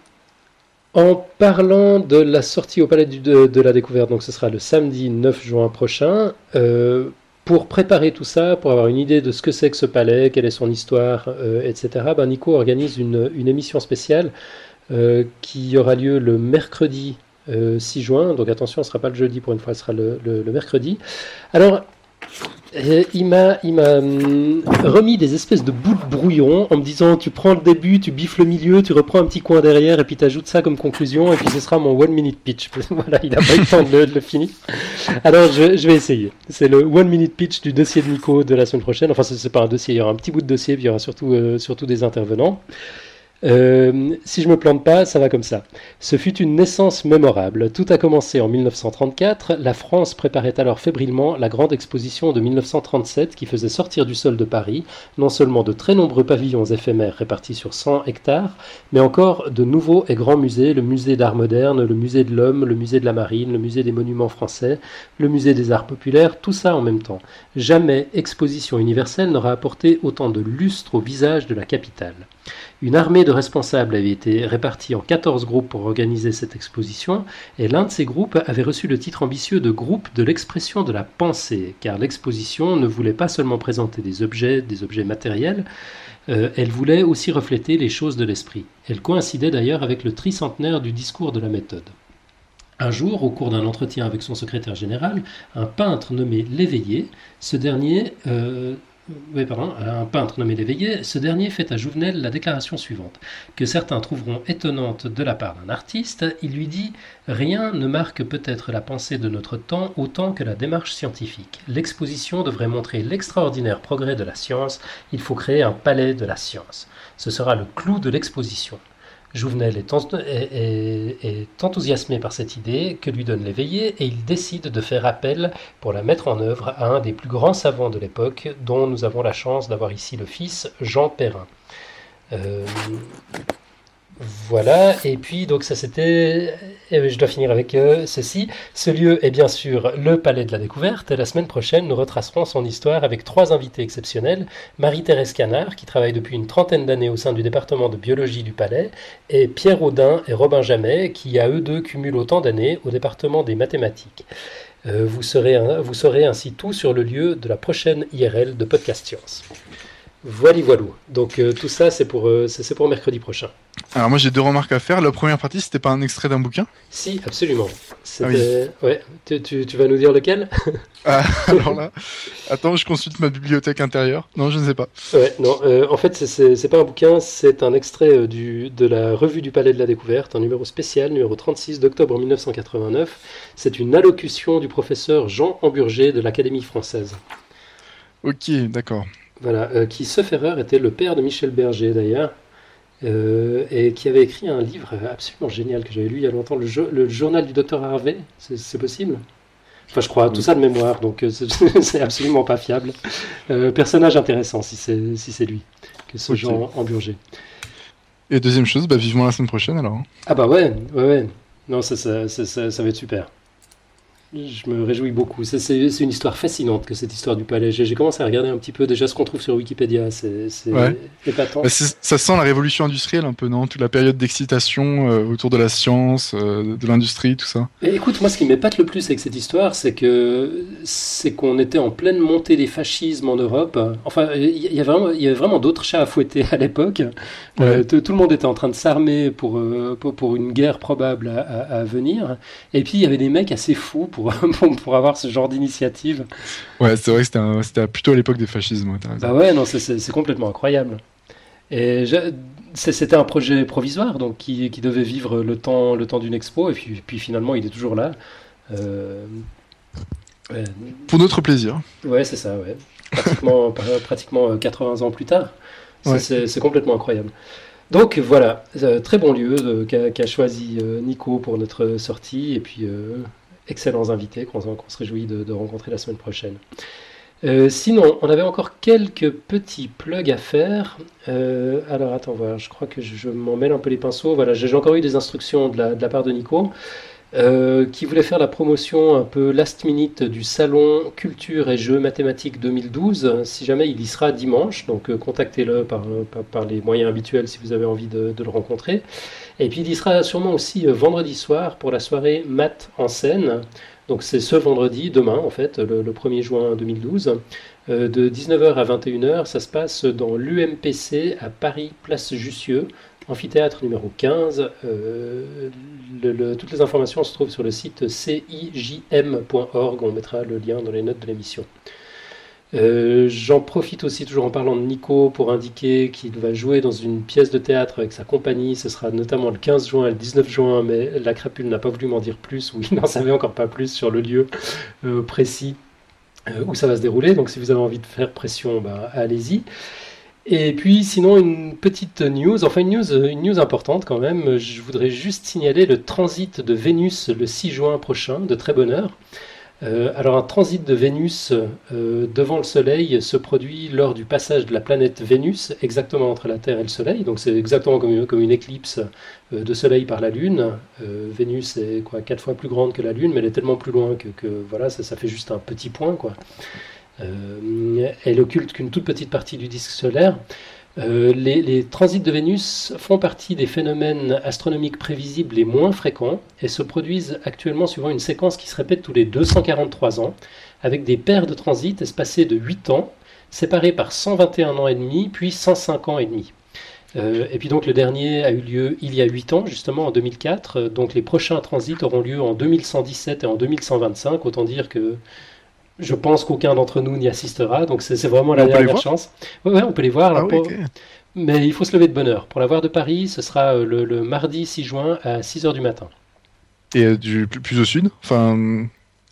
En parlant de la sortie au Palais du- de, de la Découverte, donc ce sera le samedi neuf juin prochain, euh, pour préparer tout ça, pour avoir une idée de ce que c'est que ce palais, quelle est son histoire, euh, et cetera, ben Nico organise une, une émission spéciale euh, qui aura lieu le mercredi euh, six juin. Donc attention, ce ne sera pas le jeudi pour une fois, ce sera le, le- le mercredi. Alors, euh, il m'a, il m'a hum, remis des espèces de bouts de brouillon en me disant tu prends le début, tu biffes le milieu, tu reprends un petit coin derrière et puis tu ajoutes ça comme conclusion et puis ce sera mon one minute pitch. Voilà, il n'a pas eu le temps de le, de le finir. Alors je, je vais essayer. C'est le one minute pitch du dossier de Nico de la semaine prochaine. Enfin, ce n'est pas un dossier, il y aura un petit bout de dossier, puis il y aura surtout, euh, surtout des intervenants. Euh, si je me plante pas, ça va comme ça. Ce fut une naissance mémorable. Tout a commencé en mille neuf cent trente-quatre. La France préparait alors fébrilement la grande exposition de mille neuf cent trente-sept qui faisait sortir du sol de Paris non seulement de très nombreux pavillons éphémères répartis sur cent hectares, mais encore de nouveaux et grands musées, le musée d'art moderne, le musée de l'homme, le musée de la marine, le musée des monuments français, le musée des arts populaires, tout ça en même temps. Jamais exposition universelle n'aura apporté autant de lustre au visage de la capitale. Une armée de responsables avait été répartie en quatorze groupes pour organiser cette exposition, et l'un de ces groupes avait reçu le titre ambitieux de groupe de l'expression de la pensée, car l'exposition ne voulait pas seulement présenter des objets, des objets matériels, euh, elle voulait aussi refléter les choses de l'esprit. Elle coïncidait d'ailleurs avec le tricentenaire du discours de la méthode. Un jour, au cours d'un entretien avec son secrétaire général, un peintre nommé Léveillé, ce dernier, euh, oui, pardon, un peintre nommé Léveillé, ce dernier fait à Jouvenel la déclaration suivante, que certains trouveront étonnante de la part d'un artiste. Il lui dit « Rien ne marque peut-être la pensée de notre temps autant que la démarche scientifique. L'exposition devrait montrer l'extraordinaire progrès de la science. Il faut créer un palais de la science. Ce sera le clou de l'exposition. » Jouvenel est, en- est- est- est enthousiasmé par cette idée que lui donne Léveillé et il décide de faire appel pour la mettre en œuvre à un des plus grands savants de l'époque, dont nous avons la chance d'avoir ici le fils, Jean Perrin. Euh, voilà, et puis donc ça c'était, et je dois finir avec euh, ceci. Ce lieu est bien sûr le Palais de la Découverte. Et la semaine prochaine, nous retracerons son histoire avec trois invités exceptionnels. Marie-Thérèse Canard, qui travaille depuis une trentaine d'années au sein du département de biologie du Palais, et Pierre Audin et Robin Jamet, qui à eux deux cumulent autant d'années au département des mathématiques. Euh, vous, serez, vous saurez ainsi tout sur le lieu de la prochaine I R L de Podcast Science. Voilà, voilà. Donc euh, tout ça, c'est pour, euh, c'est c'est pour mercredi prochain. Alors moi j'ai deux remarques à faire. La première partie, c'était pas un extrait d'un bouquin? Si, absolument. C'était... Ouais. Tu, tu, tu vas nous dire lequel? Ah, alors là, attends, je consulte ma bibliothèque intérieure. Non, je ne sais pas. Ouais, non. euh, en fait, c'est- c'est c'est pas un bouquin, c'est un extrait euh, du, de la revue du Palais de la Découverte, un numéro spécial, numéro trente-six d'octobre mille neuf cent quatre-vingt-neuf. C'est une allocution du professeur Jean Hamburger de l'Académie française. Ok, d'accord. Voilà, euh, qui, sauf erreur, était le père de Michel Berger d'ailleurs, euh, et qui avait écrit un livre absolument génial que j'avais lu il y a longtemps, le, jo- le journal du docteur Harvey, c'est c'est possible? Enfin, je crois, tout ça de mémoire, donc euh, c'est c'est absolument pas fiable. Euh, personnage intéressant si c'est si c'est lui, que ce Ok. Jean Hamburger. Et deuxième chose, bah vivement la semaine prochaine alors. hein. Ah bah ouais, ouais, ouais. Non, ça, ça, ça, ça, ça va être super. Je me réjouis beaucoup. C'est, c'est, c'est une histoire fascinante que cette histoire du palais. J'ai, j'ai commencé à regarder un petit peu déjà ce qu'on trouve sur Wikipédia. C'est, c'est Ouais. épatant. Bah, c'est- ça sent la révolution industrielle un peu, non? Toute la période d'excitation euh, autour de la science, euh, de l'industrie, tout ça. Et écoute, moi, ce qui m'épate le plus avec cette histoire, c'est que c'est qu'on était en pleine montée des fascismes en Europe. Enfin, il y, y a vraiment, il y avait vraiment d'autres chats à fouetter à l'époque. Euh, Ouais. tout, tout le monde était en train de s'armer pour, euh, pour, pour une guerre probable à, à- à venir. Et puis, il y avait des mecs assez fous pour, pour, pour avoir ce genre d'initiative. Ouais, c'est vrai que c'était un- c'était plutôt à l'époque des fascismes, ouais, t'as raison. Bah ouais, non, c'est, c'est, c'est complètement incroyable. Et je- c'est- c'était un projet provisoire, donc qui, qui devait vivre le temps, le temps d'une expo. Et puis, puis finalement, il est toujours là. Euh, ouais, Pour notre plaisir. ouais, c'est ça, ouais. Pratiquement, pratiquement euh, quatre-vingts ans plus tard. C'est Ouais. c'est- c'est complètement incroyable. Donc voilà, euh, très bon lieu euh, qu'a qu'a choisi euh, Nico pour notre sortie. Et puis, euh, excellents invités qu'on qu'on se réjouit de, de rencontrer la semaine prochaine. Euh, sinon, on avait encore quelques petits plugs à faire. Euh, alors attends, voilà, je crois que je, je m'en mêle un peu les pinceaux. Voilà, j'ai j'ai encore eu des instructions de la, de la part de Nico, euh, qui voulait faire la promotion un peu last minute du salon Culture et Jeux Mathématiques deux mille douze. Si jamais il y sera dimanche, donc euh, contactez-le par, euh, par, par les moyens habituels si vous avez envie de, de le rencontrer. Et puis il y sera sûrement aussi euh, vendredi soir pour la soirée Maths en scène. Donc c'est ce vendredi, demain en fait, le, le premier juin deux mille douze, euh, de dix-neuf heures à vingt et une heures. Ça se passe dans l'U M P C à Paris, place Jussieu, amphithéâtre numéro quinze. Euh, le- le- toutes les informations se trouvent sur le site c i j m point org. On mettra le lien dans les notes de l'émission. Euh, j'en profite aussi, toujours en parlant de Nico, pour indiquer qu'il va jouer dans une pièce de théâtre avec sa compagnie. Ce sera notamment le quinze juin et le dix-neuf juin, mais la crapule n'a pas voulu m'en dire plus, ou il n'en savait encore pas plus sur le lieu euh, précis euh, où ça va se dérouler. Donc si vous avez envie de faire pression, bah, allez-y. Et puis sinon, une petite news, enfin une news, une news importante quand même. Je voudrais juste signaler le transit de Vénus le six juin prochain, de très bonne heure. Euh, alors un transit de Vénus euh, devant le Soleil se produit lors du passage de la planète Vénus exactement entre la Terre et le Soleil. Donc c'est exactement comme une, comme une éclipse euh, de Soleil par la Lune. Euh, Vénus est quoi, quatre fois plus grande que la Lune, mais elle est tellement plus loin que, que voilà, ça, ça fait juste un petit point, quoi. Euh, elle occulte qu'une toute petite partie du disque solaire. Euh, les, les transits de Vénus font partie des phénomènes astronomiques prévisibles les moins fréquents et se produisent actuellement suivant une séquence qui se répète tous les deux cent quarante-trois ans, avec des paires de transits espacés de huit ans, séparés par cent vingt et un ans et demi, puis cent cinq ans et demi. Euh, et puis donc le dernier a eu lieu il y a huit ans, justement en deux mille quatre, donc les prochains transits auront lieu en deux mille cent dix-sept et en deux mille cent vingt-cinq, autant dire que je pense qu'aucun d'entre nous n'y assistera, donc c'est c'est vraiment Mais la on peut les dernière voir? chance. Ouais, ouais, on peut les voir. Ah Alors, oui, pour- ok. mais il faut se lever de bonne heure. Pour la voir de Paris, ce sera euh, le, le mardi six juin à six heures du matin. Et euh, du plus, plus au sud? Enfin,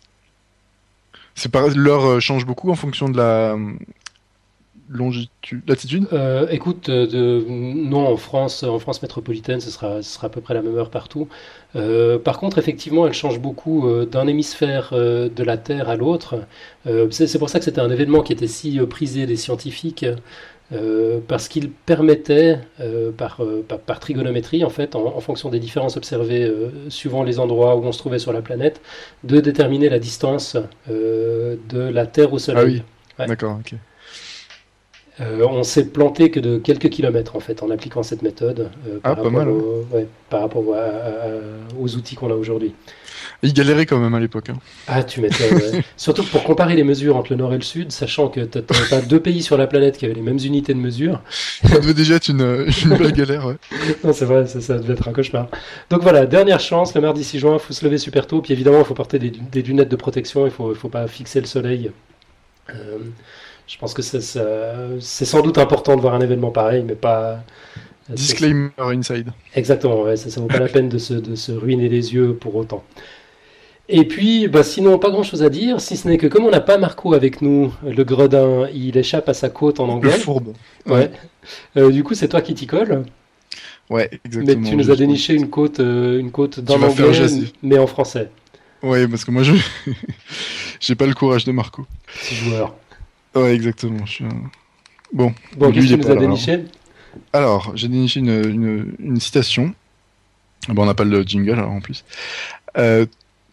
c'est pas l'heure euh, change beaucoup en fonction de la euh, longitude, latitude? Euh, écoute, euh, de- non, en France, en France métropolitaine, ce sera, ce sera à peu près la même heure partout. Euh, par contre, effectivement, elle change beaucoup euh, d'un hémisphère euh, de la Terre à l'autre. Euh, c'est c'est pour ça que c'était un événement qui était si euh, prisé des scientifiques, euh, parce qu'il permettait, euh, par, euh, par, par trigonométrie, en fait, en, en fonction des différences observées euh, suivant les endroits où on se trouvait sur la planète, de déterminer la distance euh, de la Terre au Ah Soleil. oui, Ouais. d'accord, ok. Euh, on s'est planté que de quelques kilomètres en fait en appliquant cette méthode euh, Ah, par pas rapport, mal, ouais. au- ouais, par rapport à- à- aux outils qu'on a aujourd'hui. Il galérait quand même à l'époque, hein. Ah, tu m'étonnes. Ouais. Surtout que pour comparer les mesures entre le nord et le sud, sachant que tu as deux pays sur la planète qui avaient les mêmes unités de mesure. Ça devait déjà être une, euh, une belle galère, ouais. Non, c'est vrai, ça, ça devait être un cauchemar. Donc voilà, dernière chance, le mardi six juin, il faut se lever super tôt. Puis évidemment, il faut porter des, des lunettes de protection, il ne faut, il faut pas fixer le soleil. Euh, je pense que c'est ça- c'est sans doute important de voir un événement pareil, mais pas. c'est- Disclaimer inside. Exactement, ouais, ça ne vaut pas la peine de se, de se ruiner les yeux pour autant. Et puis, bah, sinon, pas grand-chose à dire, si ce n'est que comme on n'a pas Marco avec nous, le gredin, il échappe à sa côte en Le anglais. fourbe. Ouais. Euh, du coup, c'est toi qui t'y colle, Ouais, mais exactement. tu nous Je- as déniché une côte, euh, une côte d'un vas faire anglais, jaser. mais en français. Ouais, parce que moi, je j'ai pas le courage de Marco. Petit joueur. Ouais, exactement. Je suis un- Bon, Bon, lui, qu'est-ce il que est tu nous pas as là, déniché? Alors, j'ai déniché une, une, une citation. Bon, on n'a pas le jingle alors, en plus. Euh,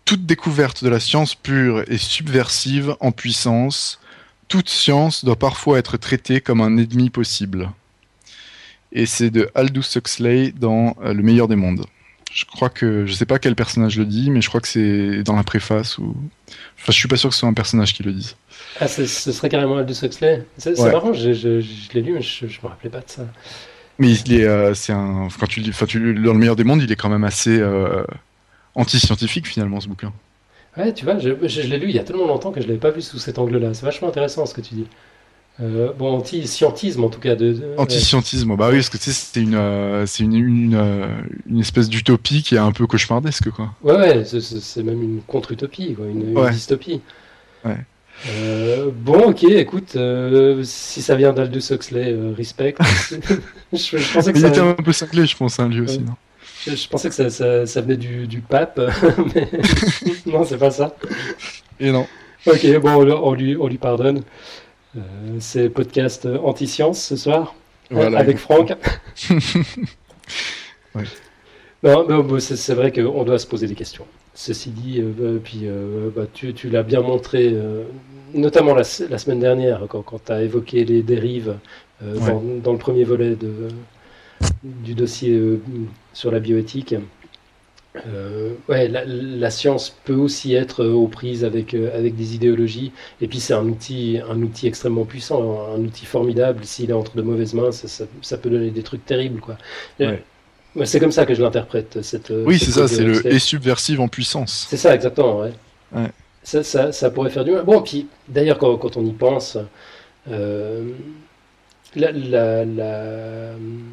toute découverte de la science pure est subversive en puissance. Toute science doit parfois être traitée comme un ennemi possible. Et c'est de Aldous Huxley dans euh, Le meilleur des mondes. Je crois que, je sais pas quel personnage le dit, mais je crois que c'est dans la préface ou. Enfin, je suis pas sûr que ce soit un personnage qui le dise. Ah, ce serait carrément Aldous Huxley. C'est ouais. marrant, je, je, je l'ai lu, mais je, je me rappelais pas de ça. Mais il est, euh, c'est un, quand tu lis, enfin, tu dans Le meilleur des mondes, il est quand même assez euh, anti-scientifique finalement ce bouquin. Ouais, tu vois, je, je, je l'ai lu il y a tellement longtemps que je l'avais pas vu sous cet angle-là. C'est vachement intéressant ce que tu dis. Euh, bon, anti-scientisme en tout cas. De, de Anti-scientisme, ouais. Bah oui, parce que tu sais, c'est une, euh, c'est une, une, euh, une espèce d'utopie qui est un peu cauchemardesque, quoi. Ouais, ouais, c'est, c'est même une contre-utopie, quoi, une, ouais. une dystopie. Ouais. Euh, bon, ok, écoute, euh, si ça vient d'Aldous Huxley, euh, respect. je, je pensais que il ça... était un peu cinglé, je pense, hein, lui aussi, ouais. non je, je pensais que ça, ça, ça venait du, du pape, mais non, c'est pas ça. Et non. Ok, bon, on lui, on lui pardonne. Euh, c'est podcast anti-science ce soir, voilà, avec Franck. ouais. Non, mais bon, c'est, c'est vrai qu'on doit se poser des questions. Ceci dit, euh, puis euh, bah, tu, tu l'as bien montré, euh, notamment la, la semaine dernière, quand, quand tu as évoqué les dérives euh, ouais. dans, dans le premier volet de, du dossier euh, sur la bioéthique. Euh, ouais, la, la science peut aussi être aux prises avec, euh, avec des idéologies, et puis c'est un outil, un outil extrêmement puissant, un outil formidable. S'il est entre de mauvaises mains, ça, ça, ça peut donner des trucs terribles, quoi. Ouais. Et, c'est comme ça que je l'interprète. Cette, oui, cette c'est ça, c'est le et subversive en puissance. C'est ça, exactement, ouais. ouais. Ça, ça, ça pourrait faire du mal. Bon, puis d'ailleurs, quand, quand on y pense, euh, la. la, la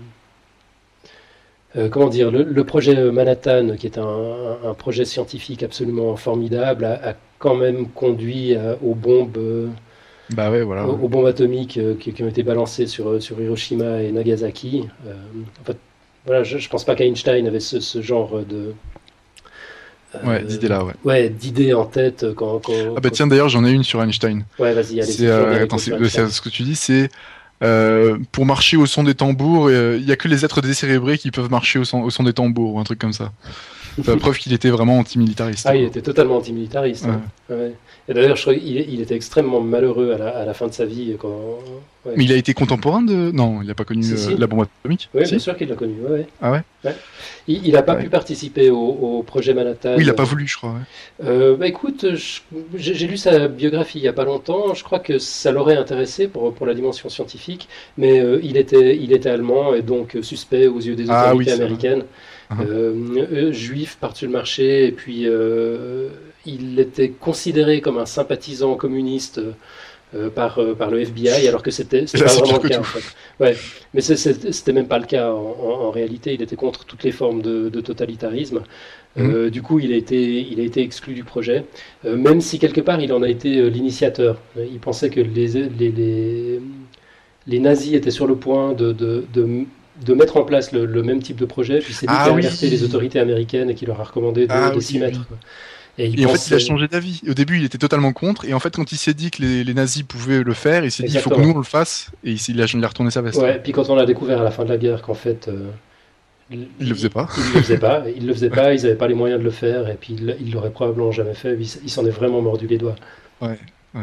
Euh, comment dire, le, le projet Manhattan, qui est un, un projet scientifique absolument formidable, a, a quand même conduit à, aux bombes, euh, bah ouais, voilà, aux, ouais. aux bombes atomiques euh, qui, qui ont été balancées sur, sur Hiroshima et Nagasaki. Euh, en fait, voilà, je, je pense pas qu'Einstein avait ce, ce genre de euh, ouais, d'idées là, ouais. Ouais, d'idées en tête quand. quand ah bah quand... tiens, d'ailleurs, j'en ai une sur Einstein. Ouais, vas-y, allez. C'est, euh, attends, c'est, c'est, ce que tu dis, c'est Euh, pour marcher au son des tambours, il euh, n'y a que les êtres décérébrés qui peuvent marcher au son, au son des tambours, ou un truc comme ça. C'est la preuve qu'il était vraiment antimilitariste. Ah, quoi. Il était totalement antimilitariste. Ouais. Hein. Ouais. Et d'ailleurs, je crois qu'il il était extrêmement malheureux à la, à la fin de sa vie. Quand... Ouais. Mais il a été contemporain de... Non, il n'a pas connu si, euh, si. la bombe atomique. Oui, si. bien sûr qu'il l'a connu. Ouais. Ah ouais, ouais. Il n'a pas ouais. pu participer au, au projet Manhattan. Oui, il n'a pas voulu, je crois. Ouais. Euh, bah, écoute, je, j'ai, j'ai lu sa biographie il n'y a pas longtemps. Je crois que ça l'aurait intéressé pour, pour la dimension scientifique. Mais euh, il, était, il était allemand et donc suspect aux yeux des autorités ah, oui, américaines. Uh-huh. Euh, euh, juif par-dessus le marché. Et puis, euh, il était considéré comme un sympathisant communiste euh, par, euh, par le F B I, alors que c'était, c'était là, pas c'est vraiment le cas. Tout. En fait. Ouais. Mais c'est, c'est, c'était même pas le cas. En, en, en réalité, il était contre toutes les formes de, de totalitarisme. Mmh. Euh, du coup, il a été, il a été exclu du projet, euh, même si quelque part, il en a été euh, l'initiateur. Il pensait que les, les, les, les nazis étaient sur le point de, de, de, de mettre en place le, le même type de projet, puis c'est lui ah, qui a oui. alerté les autorités américaines et qui leur a recommandé de, ah, de oui, s'y mettre. Oui. Et, et en fait, il a changé d'avis. Au début, il était totalement contre, et en fait, quand il s'est dit que les, les nazis pouvaient le faire, il s'est Exactement. dit, il faut que nous on le fasse, et il, il, a, il a retourné sa veste. Ouais, puis quand on a découvert à la fin de la guerre qu'en fait... Euh, il, il le faisait pas. Il, il le faisait pas, il le faisait pas, ils n'avaient pas les moyens de le faire, et puis il, il l'auraient probablement jamais fait, il, il s'en est vraiment mordu les doigts. Ouais, ouais.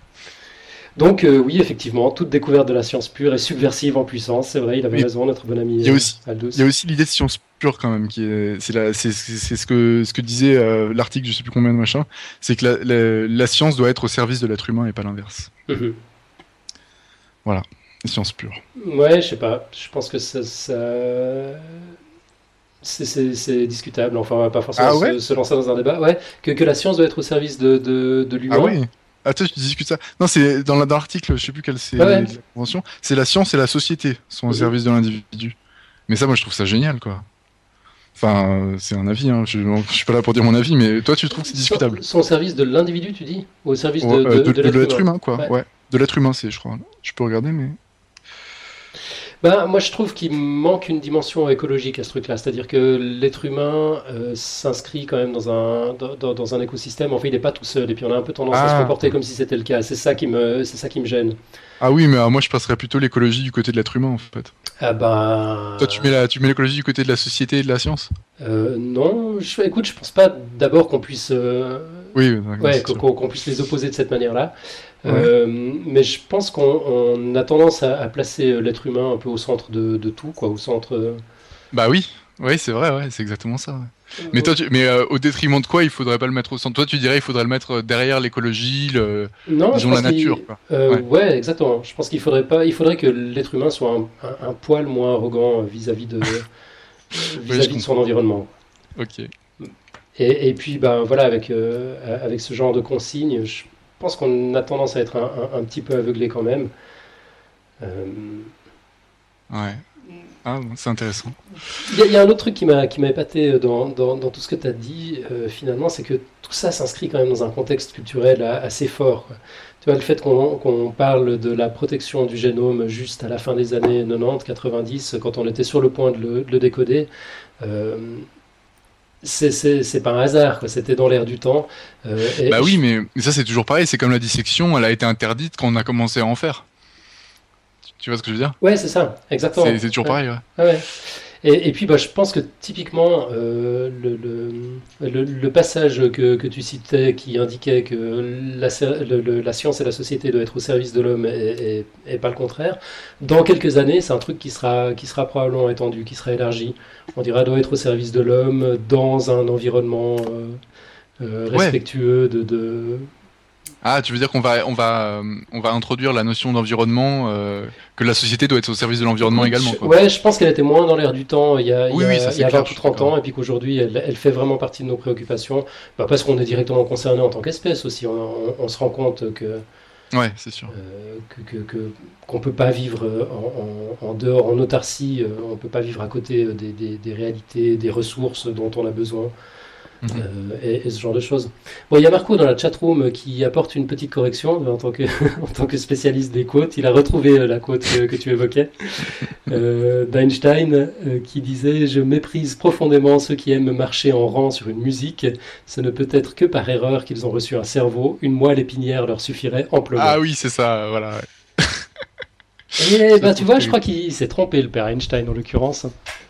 Donc euh, oui, effectivement, toute découverte de la science pure est subversive en puissance, c'est vrai, il avait Mais raison, notre bon ami il y a aussi, Aldous. Il y a aussi l'idée de science pure quand même, qui est, c'est, la, c'est, c'est, c'est ce que, ce que disait euh, l'article, je sais plus combien de machin, c'est que la, la, la science doit être au service de l'être humain et pas l'inverse. Mm-hmm. Voilà, science pure. Ouais, je sais pas, je pense que ça... ça... C'est, c'est, c'est discutable, enfin on va pas forcément ah ouais se, se lancer dans un débat, ouais, que, que la science doit être au service de, de, de l'humain. Ah oui. Attends, tu discutes ça. Non, c'est dans, la, dans l'article, je sais plus quelle c'est ah ouais. la convention. C'est la science et la société sont au mmh. service de l'individu. Mais ça, moi, je trouve ça génial, quoi. Enfin, c'est un avis. Hein. Je, je suis pas là pour dire mon avis, mais toi, tu trouves que c'est discutable. Sont au service de l'individu, tu dis, ou au service de, ouais, de, de, de, de l'être, l'être humain, humain quoi. Ouais. ouais. De l'être humain, c'est, je crois. Je peux regarder, mais. Bah, moi, je trouve qu'il manque une dimension écologique à ce truc-là. C'est-à-dire que l'être humain euh, s'inscrit quand même dans un, dans, dans- dans un écosystème. Enfin, il n'est pas tout seul. Et puis, on a un peu tendance à se Ah, comporter comme si c'était le cas. C'est ça qui me, c'est ça qui me gêne. ah oui, mais euh, moi je passerais plutôt l'écologie du côté de l'être humain en fait. Ah Toi, tu bah, mets la, tu mets l'écologie du côté de la société et de la science? euh, non. Je, écoute, je pense pas d'abord qu'on puisse, euh, Oui, oui, d'accord, ouais, c'est qu'on sûr. qu'on- qu'on puisse les opposer de cette manière-là. Ouais. Euh, mais je pense qu'on on a tendance à, à placer euh, l'être humain un peu au centre de, de tout, quoi, au centre. euh, Bah oui, oui, c'est vrai, ouais, c'est exactement ça. Ouais. Mais euh, toi, tu... mais euh, au détriment de quoi il faudrait pas le mettre au centre? Toi, tu dirais il faudrait le mettre euh, derrière l'écologie, le... Non, je disons la pense nature, qu'il, quoi. euh, Ouais, ouais, exactement. Je pense qu'il faudrait pas, il faudrait que l'être humain soit un, un- un poil moins arrogant euh, vis-à-vis de, oui, je vis-à-vis de son comprends. environnement. Ok. Et, et puis, ben voilà, avec euh, avec ce genre de consignes, je pense qu'on a tendance à être un, un- un petit peu aveuglé quand même. Euh, Ouais. Ah, bon, c'est intéressant. Il y, a il y a un autre truc qui m'a qui m'a épaté dans, dans, dans tout ce que tu as dit, euh, finalement, c'est que tout ça s'inscrit quand même dans un contexte culturel a- assez fort, quoi. Tu vois, le fait qu'on qu'on parle de la protection du génome juste à la fin des années quatre-vingt-dix quatre-vingt-dix, quand on était sur le point de le, de le décoder, euh, c'est c'est- c'est pas un hasard, quoi. C'était dans l'air du temps. Euh, et Bah oui, je- mais, mais ça c'est toujours pareil. C'est comme la dissection, elle a été interdite quand on a commencé à en faire. Tu tu vois ce que je veux dire? Ouais, c'est ça, C'est exactement. c'est toujours Ouais. pareil, ouais. Ouais, ouais. Et, et puis bah, je pense que typiquement euh, le, le, le- le passage que, que tu citais qui indiquait que la, ser- le- le- la science et la société doivent être au service de l'homme et, et- et pas le contraire, dans quelques années c'est un truc qui sera, qui sera probablement étendu, qui sera élargi. On dira doit être au service de l'homme dans un environnement euh, euh, Ouais. respectueux de, de... Ah, tu veux dire qu'on va on va euh, on va introduire la notion d'environnement, euh, que la société doit être au service de l'environnement Écoute, également, je- quoi. ouais, je pense qu'elle était moins dans l'air du temps il y a, il y Oui, oui, a, ça il y c'est a clair, vingt ou je suis trente d'accord. ans, et puis qu'aujourd'hui, elle, elle fait vraiment partie de nos préoccupations, bah, parce qu'on est directement concerné en tant qu'espèce aussi. On, on- on se rend compte que, Ouais, c'est sûr. euh, que, que- que- qu'on peut pas vivre euh, en, en- en dehors, en autarcie, euh, on peut pas vivre à côté euh, des, des- des réalités, des ressources dont on a besoin. Mhm. Euh, et, et ce genre de choses. Bon, il y a Marco dans la chatroom qui apporte une petite correction en tant que, en tant que spécialiste des quotes. Il a retrouvé euh, la quote que, que tu évoquais, euh, d'Einstein, euh, qui disait: Je méprise profondément ceux qui aiment marcher en rang sur une musique. Ce ne peut être que par erreur qu'ils ont reçu un cerveau. Une moelle épinière leur suffirait amplement. Ah oui, c'est ça, voilà. Ouais. Et Je la bah, tu trouve vois, je crois terrible. qu'il s'est trompé, le père Einstein, en l'occurrence.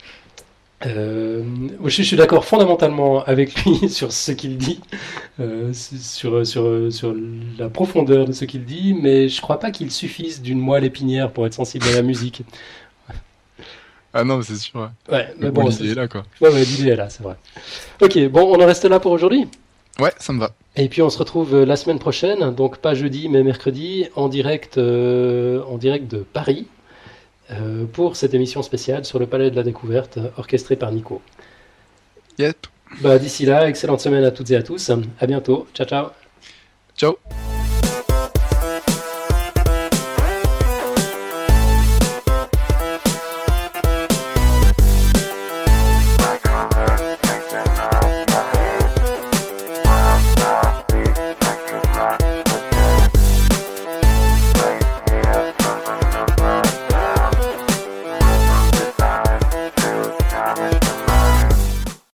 Euh, je, je suis d'accord fondamentalement avec lui sur ce qu'il dit, euh, sur, sur, sur la profondeur de ce qu'il dit, mais je crois pas qu'il suffise d'une moelle épinière pour être sensible à la musique. Ah non, mais c'est sûr, ouais. Ouais, Mais mais bon, bon, l'idée est c'est- là, quoi. ouais, ouais, l'idée est là, c'est vrai. Ok, bon, on en reste là pour aujourd'hui. Ouais, ça me va. Et puis on se retrouve euh, la semaine prochaine, donc pas jeudi mais mercredi, en direct, euh, en direct de Paris, euh, pour cette émission spéciale sur le Palais de la Découverte, euh, orchestrée par Nico. Yep. Bah, d'ici là, excellente semaine à toutes et à tous. À bientôt. Ciao, ciao. Ciao.